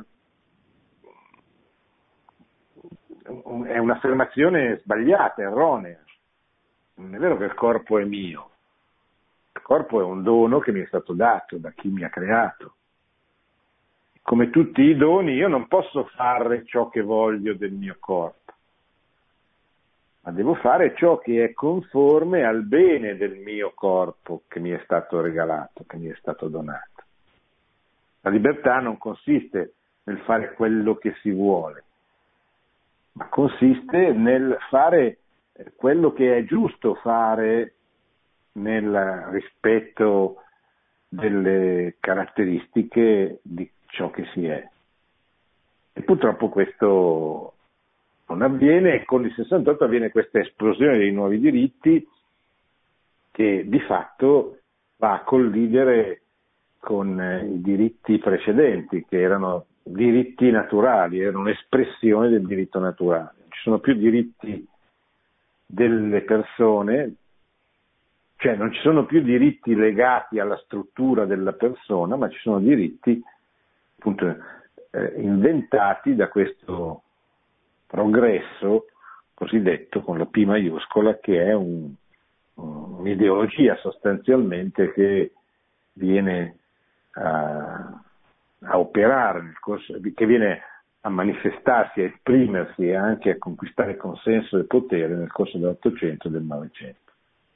è un'affermazione sbagliata, erronea. Non è vero che il corpo è mio, il corpo è un dono che mi è stato dato da chi mi ha creato. Come tutti i doni io non posso fare ciò che voglio del mio corpo, ma devo fare ciò che è conforme al bene del mio corpo che mi è stato regalato, che mi è stato donato. La libertà non consiste nel fare quello che si vuole, ma consiste nel fare quello che è giusto fare nel rispetto delle caratteristiche di ciò che si è. E purtroppo questo non avviene, e con il sessantotto avviene questa esplosione dei nuovi diritti che di fatto va a collidere con i diritti precedenti, che erano diritti naturali, erano espressione del diritto naturale. Non ci sono più diritti delle persone, cioè non ci sono più diritti legati alla struttura della persona, ma ci sono diritti appunto eh, inventati da questo progresso cosiddetto con la P maiuscola, che è un, un'ideologia sostanzialmente che viene a, a operare nel corso, che viene a manifestarsi, a esprimersi e anche a conquistare consenso e potere nel corso dell'Ottocento e del Novecento.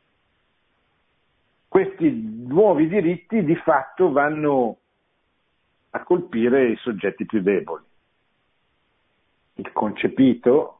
Questi nuovi diritti di fatto vanno a colpire i soggetti più deboli. Il concepito,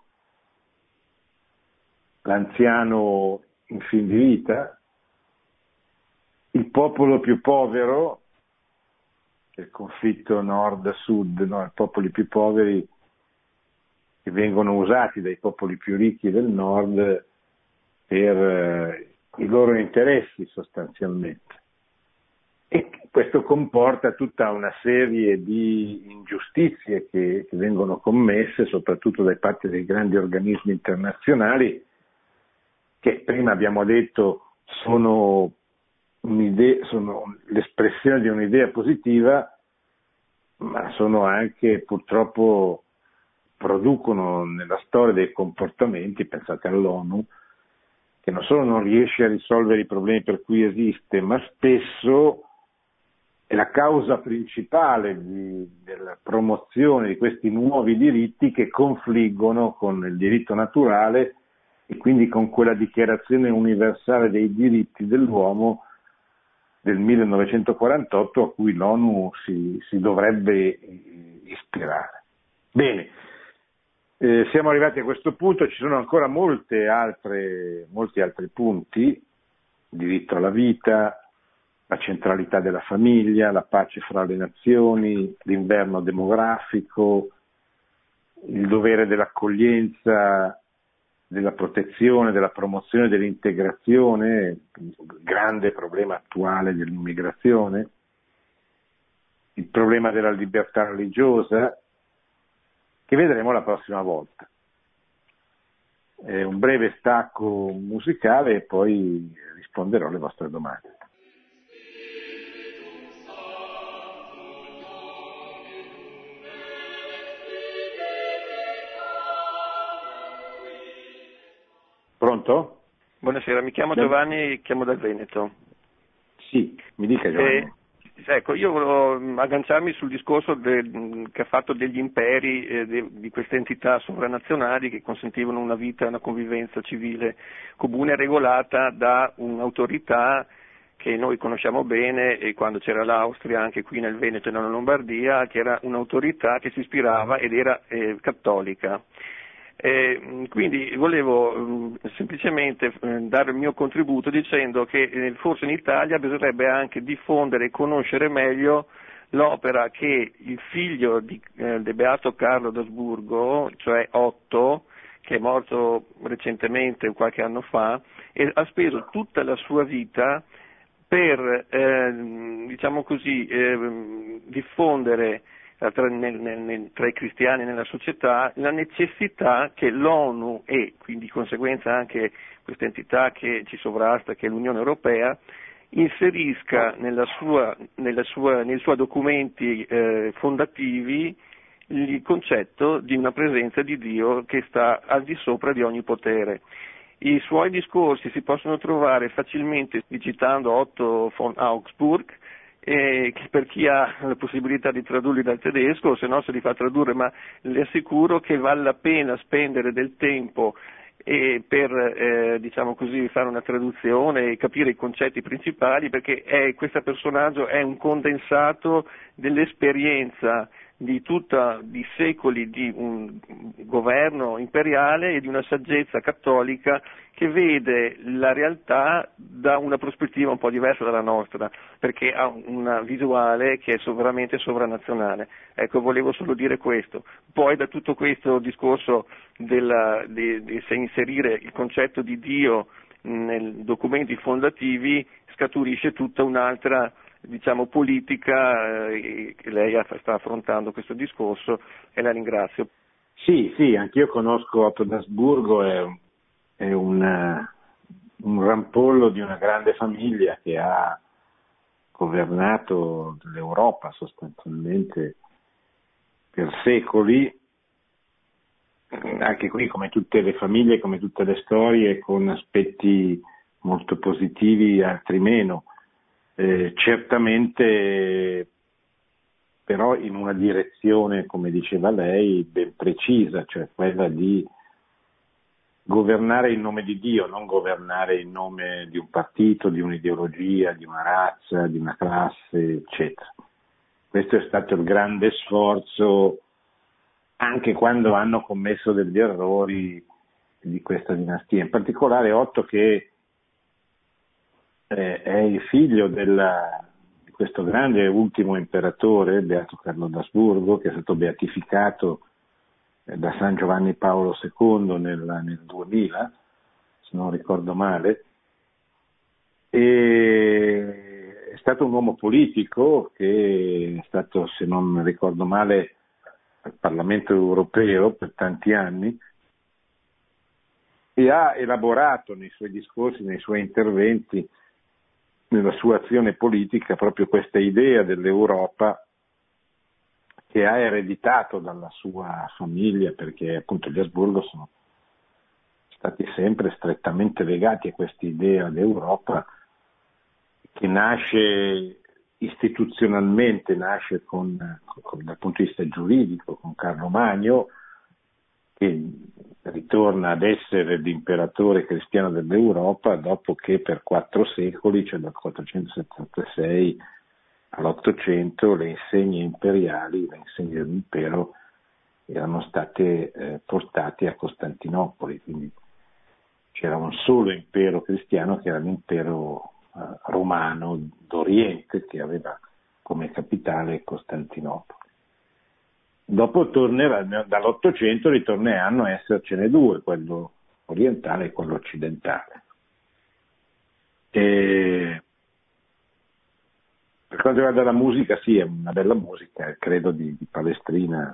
l'anziano in fin di vita, il popolo più povero, il conflitto nord-sud, no? I popoli più poveri che vengono usati dai popoli più ricchi del nord per eh, i loro interessi sostanzialmente. E questo comporta tutta una serie di ingiustizie che, che vengono commesse, soprattutto da parte dei grandi organismi internazionali, che prima abbiamo detto sono, un'idea, sono l'espressione di un'idea positiva, ma sono anche purtroppo producono nella storia dei comportamenti, pensate all'ONU, che non solo non riesce a risolvere i problemi per cui esiste, ma spesso è la causa principale di, della promozione di questi nuovi diritti che confliggono con il diritto naturale e quindi con quella dichiarazione universale dei diritti dell'uomo del millenovecentoquarantotto a cui l'ONU si, si dovrebbe ispirare. Bene, eh, siamo arrivati a questo punto, ci sono ancora molte altre, molti altri punti: diritto alla vita, la centralità della famiglia, la pace fra le nazioni, l'inverno demografico, il dovere dell'accoglienza, della protezione, della promozione dell'integrazione, il grande problema attuale dell'immigrazione, il problema della libertà religiosa, che vedremo la prossima volta. È un breve stacco musicale e poi risponderò alle vostre domande. Pronto? Buonasera, mi chiamo Giovanni, chiamo dal Veneto. Sì, mi dica Giovanni. Eh, ecco, io volevo agganciarmi sul discorso de, che ha fatto degli imperi, eh, de, di queste entità sovranazionali che consentivano una vita, una convivenza civile comune e regolata da un'autorità che noi conosciamo bene, e quando c'era l'Austria, anche qui nel Veneto e nella Lombardia, che era un'autorità che si ispirava ed era eh, cattolica. Eh, quindi volevo mh, semplicemente eh, dare il mio contributo dicendo che eh, forse in Italia bisognerebbe anche diffondere e conoscere meglio l'opera che il figlio di, eh, del beato Carlo d'Asburgo, cioè Otto, che è morto recentemente, qualche anno fa, e ha speso tutta la sua vita per eh, diciamo così eh, diffondere Tra, nel, nel, tra i cristiani e nella società la necessità che l'ONU e quindi di conseguenza anche questa entità che ci sovrasta, che è l'Unione Europea, inserisca nella sua, nella sua, nei suoi documenti eh, fondativi il concetto di una presenza di Dio che sta al di sopra di ogni potere. I suoi discorsi si possono trovare facilmente digitando Otto von Augsburg, e per chi ha la possibilità di tradurli dal tedesco, se no se li fa tradurre, ma le assicuro che vale la pena spendere del tempo e per eh, diciamo così fare una traduzione e capire i concetti principali, perché è, questo personaggio è un condensato dell'esperienza di tutta di secoli di un governo imperiale e di una saggezza cattolica che vede la realtà da una prospettiva un po' diversa dalla nostra, perché ha una visuale che è veramente sovranazionale. Ecco, volevo solo dire questo. Poi da tutto questo discorso della, di, di inserire il concetto di Dio nei documenti fondativi scaturisce tutta un'altra diciamo politica, eh, che lei sta affrontando questo discorso e la ringrazio. Sì, sì, anch'io conosco Otto d'Asburgo, è, è un, un rampollo di una grande famiglia che ha governato l'Europa sostanzialmente per secoli, anche qui come tutte le famiglie, come tutte le storie, con aspetti molto positivi, altri meno. Eh, certamente però in una direzione, come diceva lei, ben precisa, cioè quella di governare in nome di Dio, non governare in nome di un partito, di un'ideologia, di una razza, di una classe, eccetera. Questo è stato il grande sforzo, anche quando hanno commesso degli errori di questa dinastia, in particolare Otto, che eh, è il figlio della, di questo grande ultimo imperatore, Beato Carlo d'Asburgo, che è stato beatificato da San Giovanni Paolo secondo nel, nel duemila, se non ricordo male, e è stato un uomo politico che è stato, se non ricordo male, al Parlamento europeo per tanti anni e ha elaborato nei suoi discorsi, nei suoi interventi, nella sua azione politica proprio questa idea dell'Europa che ha ereditato dalla sua famiglia, perché appunto gli Asburgo sono stati sempre strettamente legati a questa idea d'Europa che nasce istituzionalmente, nasce con, con, dal punto di vista giuridico con Carlo Magno, che ritorna ad essere l'imperatore cristiano dell'Europa dopo che per quattro secoli, cioè dal quattrocentosettantasei all'Ottocento, le insegne imperiali, le insegne dell'impero erano state eh, portate a Costantinopoli, quindi c'era un solo impero cristiano che era l'impero eh, romano d'Oriente, che aveva come capitale Costantinopoli. Dopo tornerà, dall'Ottocento ritorneranno a essercene due, quello orientale e quello occidentale. E per quanto riguarda la musica, sì, è una bella musica, credo di, di Palestrina.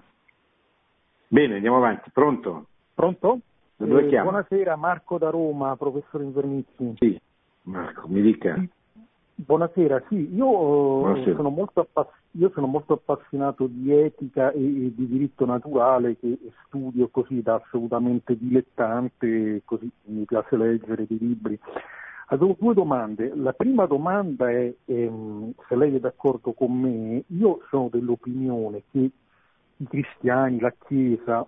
Bene, andiamo avanti. Pronto? Pronto? Da dove eh, chiamo? Buonasera, Marco da Roma, professore Invernizzi. Sì, Marco, mi dica. Sì. Buonasera, sì, io, Buonasera. Sono molto appass- io sono molto appassionato di etica e, e di diritto naturale, che studio così da assolutamente dilettante, così mi piace leggere dei libri. Avevo due domande. La prima domanda è, ehm, se lei è d'accordo con me, io sono dell'opinione che i cristiani, la Chiesa,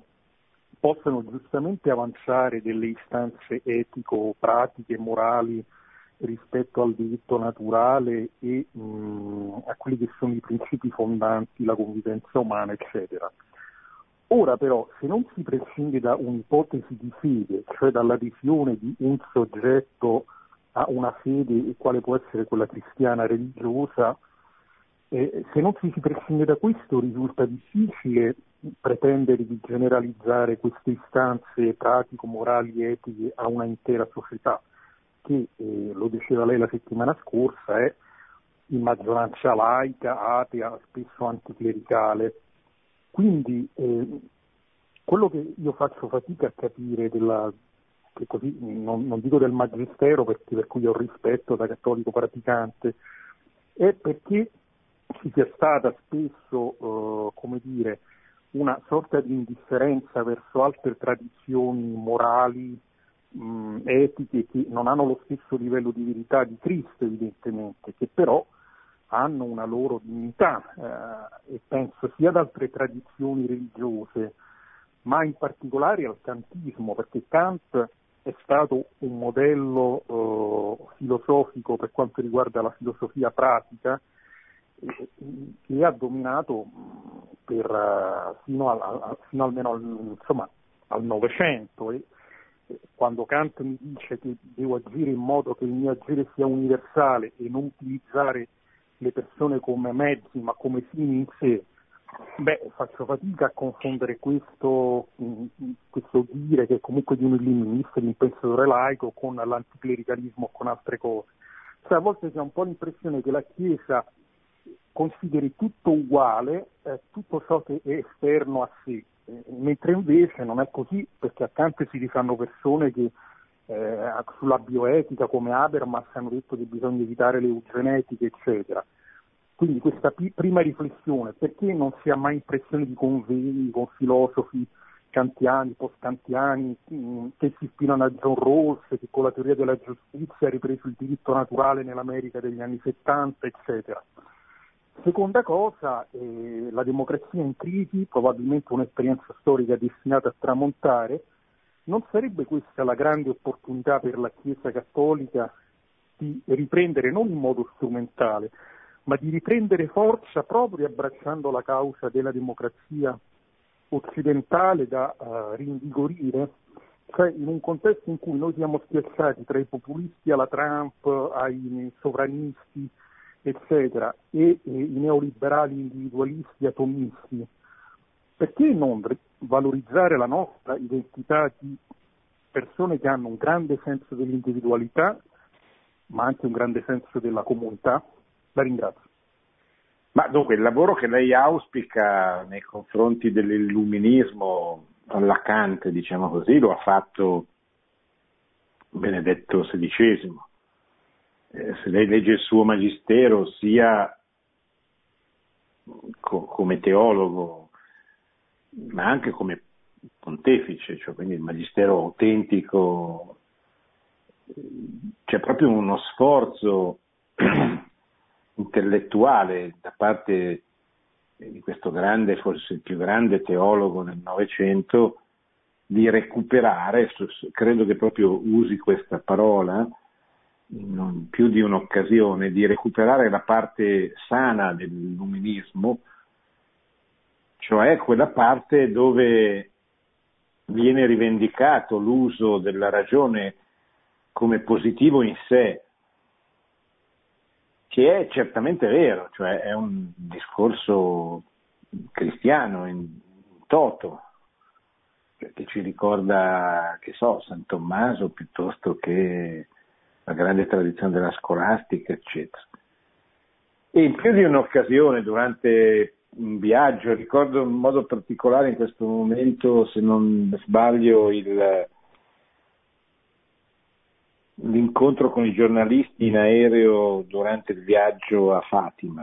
possano giustamente avanzare delle istanze etico-pratiche, morali, rispetto al diritto naturale e mh, a quelli che sono i principi fondanti, la convivenza umana, eccetera. Ora però, se non si prescinde da un'ipotesi di fede, cioè dall'adesione di un soggetto a una fede, quale può essere quella cristiana religiosa, eh, se non si, si prescinde da questo risulta difficile pretendere di generalizzare queste istanze pratico-morali, etiche a una intera società, che, eh, lo diceva lei la settimana scorsa, è in maggioranza laica, atea, spesso anticlericale. Quindi eh, quello che io faccio fatica a capire della, che così non, non dico del magistero, perché per cui ho rispetto da cattolico praticante, è perché ci sia stata spesso, eh, come dire, una sorta di indifferenza verso altre tradizioni morali, mh, etiche, che non hanno lo stesso livello di verità di Cristo, evidentemente, che però hanno una loro dignità, eh, e penso sia ad altre tradizioni religiose, ma in particolare al kantismo, perché Kant è stato un modello eh, filosofico per quanto riguarda la filosofia pratica, eh, che ha dominato per, uh, fino, a, a, fino almeno al, insomma, al Novecento, e quando Kant mi dice che devo agire in modo che il mio agire sia universale e non utilizzare le persone come mezzi ma come fini in sé, beh, faccio fatica a confondere questo, questo dire che è comunque di un illuminista, di un pensatore laico, con l'anticlericalismo o con altre cose. Cioè, a volte si ha un po' l'impressione che la Chiesa consideri tutto uguale, eh, tutto ciò che è esterno a sé, eh, mentre invece non è così, perché accanto si rifanno persone che eh, sulla bioetica come Habermas hanno detto che bisogna evitare le eugenetiche, eccetera. Quindi questa p- prima riflessione, perché non si ha mai impressione di convegni con filosofi kantiani, post-kantiani, mh, che si ispirano a John Rawls, che con la teoria della giustizia ha ripreso il diritto naturale nell'America degli anni settanta, eccetera. Seconda cosa, eh, la democrazia in crisi, probabilmente un'esperienza storica destinata a tramontare. Non sarebbe questa la grande opportunità per la Chiesa Cattolica di riprendere, non in modo strumentale, ma di riprendere forza proprio abbracciando la causa della democrazia occidentale da uh, rinvigorire? Cioè, in un contesto in cui noi siamo schiacciati tra i populisti alla Trump, ai sovranisti, eccetera, e, e i neoliberali individualisti atomisti, perché non valorizzare la nostra identità di persone che hanno un grande senso dell'individualità, ma anche un grande senso della comunità? La ringrazio. Ma dunque, il lavoro che lei auspica nei confronti dell'illuminismo alla Kant, diciamo così, lo ha fatto Benedetto sedicesimo. Eh, se lei legge il suo magistero, sia co- come teologo, ma anche come pontefice, cioè quindi il magistero autentico, c'è proprio uno sforzo intellettuale da parte di questo grande, forse il più grande teologo del Novecento, di recuperare, credo che proprio usi questa parola, in più di un'occasione, di recuperare la parte sana dell'illuminismo, cioè quella parte dove viene rivendicato l'uso della ragione come positivo in sé, che è certamente vero, cioè è un discorso cristiano in toto, cioè che ci ricorda, che so, San Tommaso piuttosto che la grande tradizione della scolastica, eccetera. E in più di un'occasione, durante un viaggio, ricordo in modo particolare in questo momento, se non sbaglio, il, l'incontro con i giornalisti in aereo durante il viaggio a Fatima.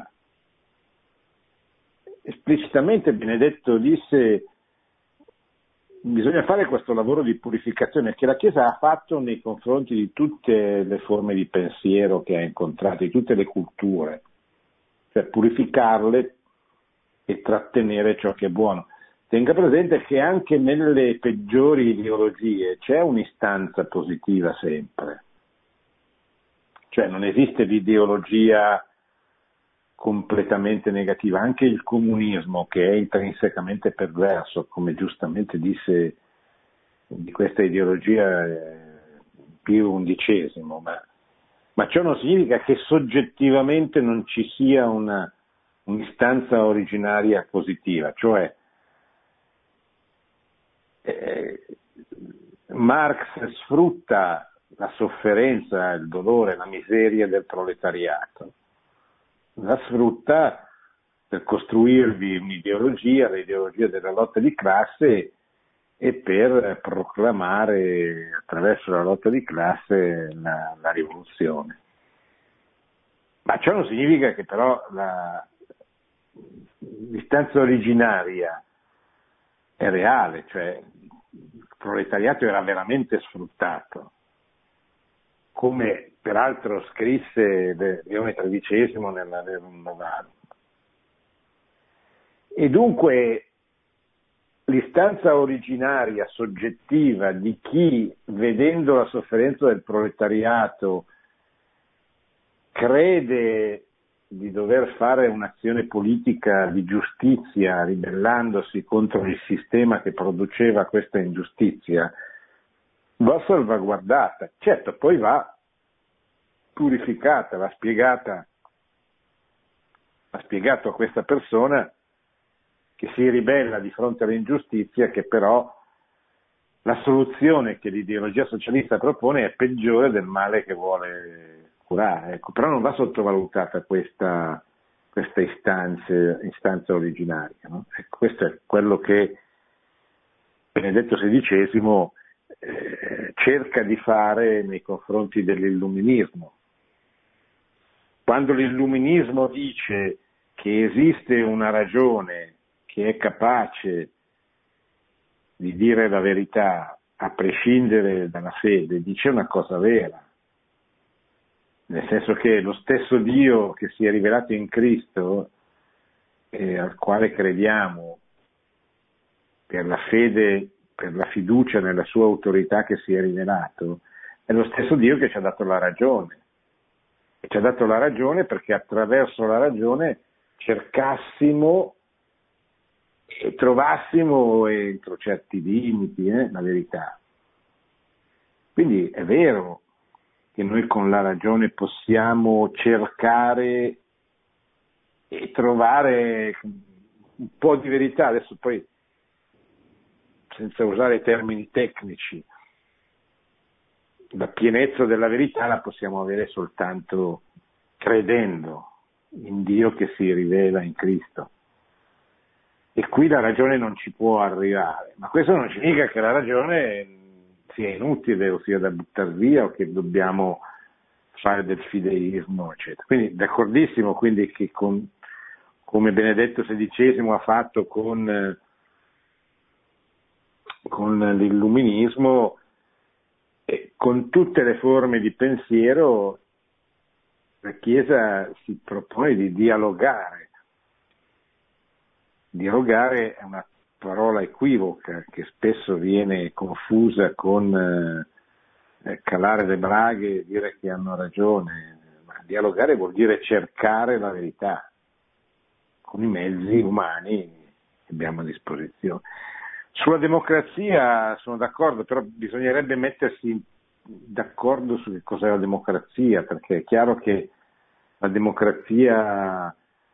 Esplicitamente Benedetto disse: bisogna fare questo lavoro di purificazione che la Chiesa ha fatto nei confronti di tutte le forme di pensiero che ha incontrato, di tutte le culture, cioè purificarle e trattenere ciò che è buono. Tenga presente che anche nelle peggiori ideologie c'è un'istanza positiva sempre, cioè non esiste l'ideologia completamente negativa. Anche il comunismo, che è intrinsecamente perverso, come giustamente disse di questa ideologia eh, Pio undicesimo, ma, ma ciò non significa che soggettivamente non ci sia una, un'istanza originaria positiva, cioè eh, Marx sfrutta la sofferenza, il dolore, la miseria del proletariato, la sfrutta per costruirvi un'ideologia, l'ideologia della lotta di classe, e per proclamare attraverso la lotta di classe la, la rivoluzione. Ma ciò non significa che però la, l'istanza originaria è reale, cioè il proletariato era veramente sfruttato, come peraltro scrisse Leone tredicesimo nella Rerum Novarum. E dunque l'istanza originaria, soggettiva, di chi, vedendo la sofferenza del proletariato, crede di dover fare un'azione politica di giustizia ribellandosi contro il sistema che produceva questa ingiustizia, va salvaguardata. Certo, poi va purificata, va spiegata, va spiegato a questa persona che si ribella di fronte all'ingiustizia, che però la soluzione che l'ideologia socialista propone è peggiore del male che vuole curare. Ecco, però non va sottovalutata questa, questa istanza, istanza originaria, no? Ecco, questo è quello che Benedetto sedicesimo eh, cerca di fare nei confronti dell'illuminismo. Quando l'illuminismo dice che esiste una ragione che è capace di dire la verità a prescindere dalla fede, dice una cosa vera, nel senso che lo stesso Dio che si è rivelato in Cristo e al quale crediamo per la fede, per la fiducia nella sua autorità che si è rivelato, è lo stesso Dio che ci ha dato la ragione. E ci ha dato la ragione perché attraverso la ragione cercassimo e trovassimo entro certi limiti eh, la verità. Quindi è vero che noi con la ragione possiamo cercare e trovare un po' di verità, adesso poi senza usare termini tecnici, la pienezza della verità la possiamo avere soltanto credendo in Dio che si rivela in Cristo. E qui la ragione non ci può arrivare, ma questo non significa che la ragione sia inutile o sia da buttare via o che dobbiamo fare del fideismo, eccetera. Quindi d'accordissimo quindi che con, come Benedetto sedicesimo ha fatto con, con l'illuminismo, e con tutte le forme di pensiero la Chiesa si propone di dialogare. Dialogare è una parola equivoca che spesso viene confusa con eh, calare le braghe e dire che hanno ragione. Ma dialogare vuol dire cercare la verità con i mezzi umani che abbiamo a disposizione. Sulla democrazia sono d'accordo, però bisognerebbe mettersi d'accordo su che cos'è la democrazia, perché è chiaro che la democrazia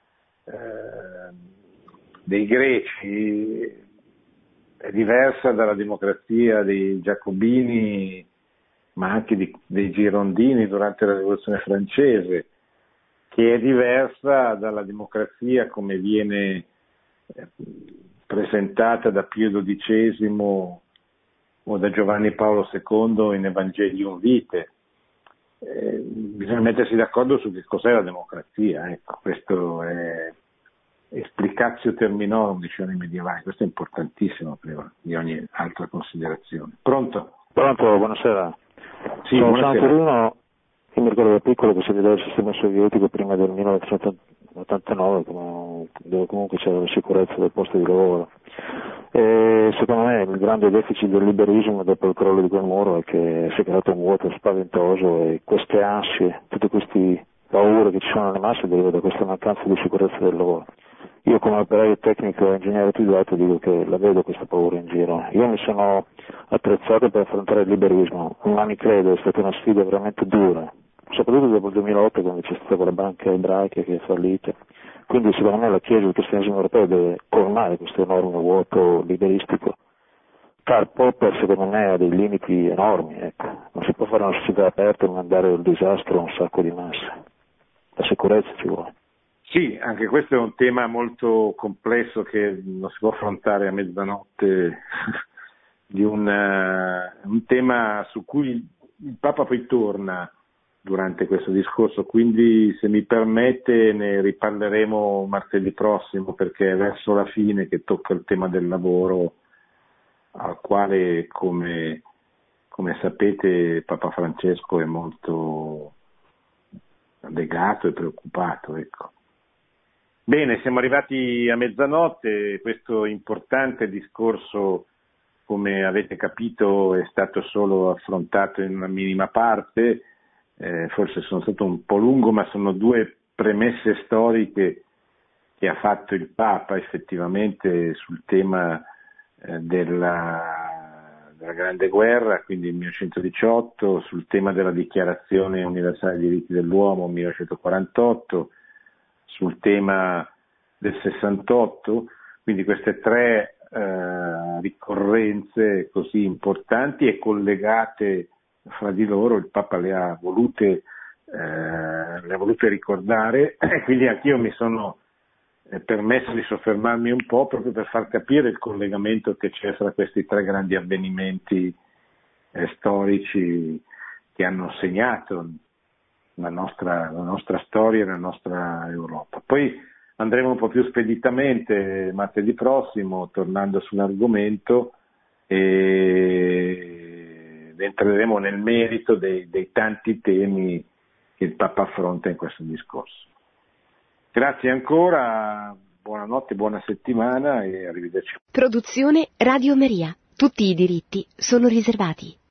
eh, dei greci è diversa dalla democrazia dei giacobini, ma anche di, dei girondini durante la rivoluzione francese, che è diversa dalla democrazia come viene eh, presentata da Pio dodicesimo o da Giovanni Paolo secondo in Evangelium Vitae. Eh, bisogna mettersi d'accordo su che cos'è la democrazia, ecco, questo è explicatio terminorum, dicevano i medievali, questo è importantissimo prima di ogni altra considerazione. Pronto? Pronto, buonasera. Sì, sono buonasera. Santorino, io mi ricordo da piccolo che si vedeva il sistema sovietico prima del millenovecentottantanove, dove comunque c'era la sicurezza del posto di lavoro. E secondo me il grande deficit del liberismo dopo il crollo di quel muro è che si è creato un vuoto spaventoso e queste ansie, tutte queste paure che ci sono nelle masse derivano da questa mancanza di sicurezza del lavoro. Io come operaio tecnico e ingegnere privato dico che la vedo questa paura in giro. Io mi sono attrezzato per affrontare il liberismo, ma mi credo è stata una sfida veramente dura, soprattutto dopo il duemilaotto quando c'è stata quella banca ebraica che è fallita. Quindi secondo me la Chiesa del cristianesimo europeo deve colmare questo enorme vuoto liberistico. Karl Popper secondo me ha dei limiti enormi, ecco. Non si può fare una società aperta e mandare il disastro a un sacco di masse. La sicurezza ci vuole. Sì, anche questo è un tema molto complesso che non si può affrontare a mezzanotte, di un, uh, un tema su cui il Papa poi torna durante questo discorso, quindi se mi permette ne riparleremo martedì prossimo, perché è verso la fine che tocca il tema del lavoro, al quale come, come sapete Papa Francesco è molto legato e preoccupato, ecco. Bene, siamo arrivati a mezzanotte, questo importante discorso, come avete capito, è stato solo affrontato in una minima parte, eh, forse sono stato un po' lungo, ma sono due premesse storiche che ha fatto il Papa effettivamente sul tema eh, della, della Grande Guerra, quindi il millenovecentodiciotto, sul tema della Dichiarazione Universale dei Diritti dell'Uomo, millenovecentoquarantotto, sul tema del sessantotto, quindi queste tre eh, ricorrenze così importanti e collegate fra di loro, il Papa le ha volute, eh, le ha volute ricordare, e quindi anch'io mi sono eh, permesso di soffermarmi un po' proprio per far capire il collegamento che c'è fra questi tre grandi avvenimenti eh, storici che hanno segnato La nostra, la nostra storia e la nostra Europa. Poi andremo un po' più speditamente martedì prossimo, tornando sull'argomento, e entreremo nel merito dei, dei tanti temi che il Papa affronta in questo discorso. Grazie ancora, buonanotte, buona settimana e arrivederci. Produzione Radio Maria. Tutti i diritti sono riservati.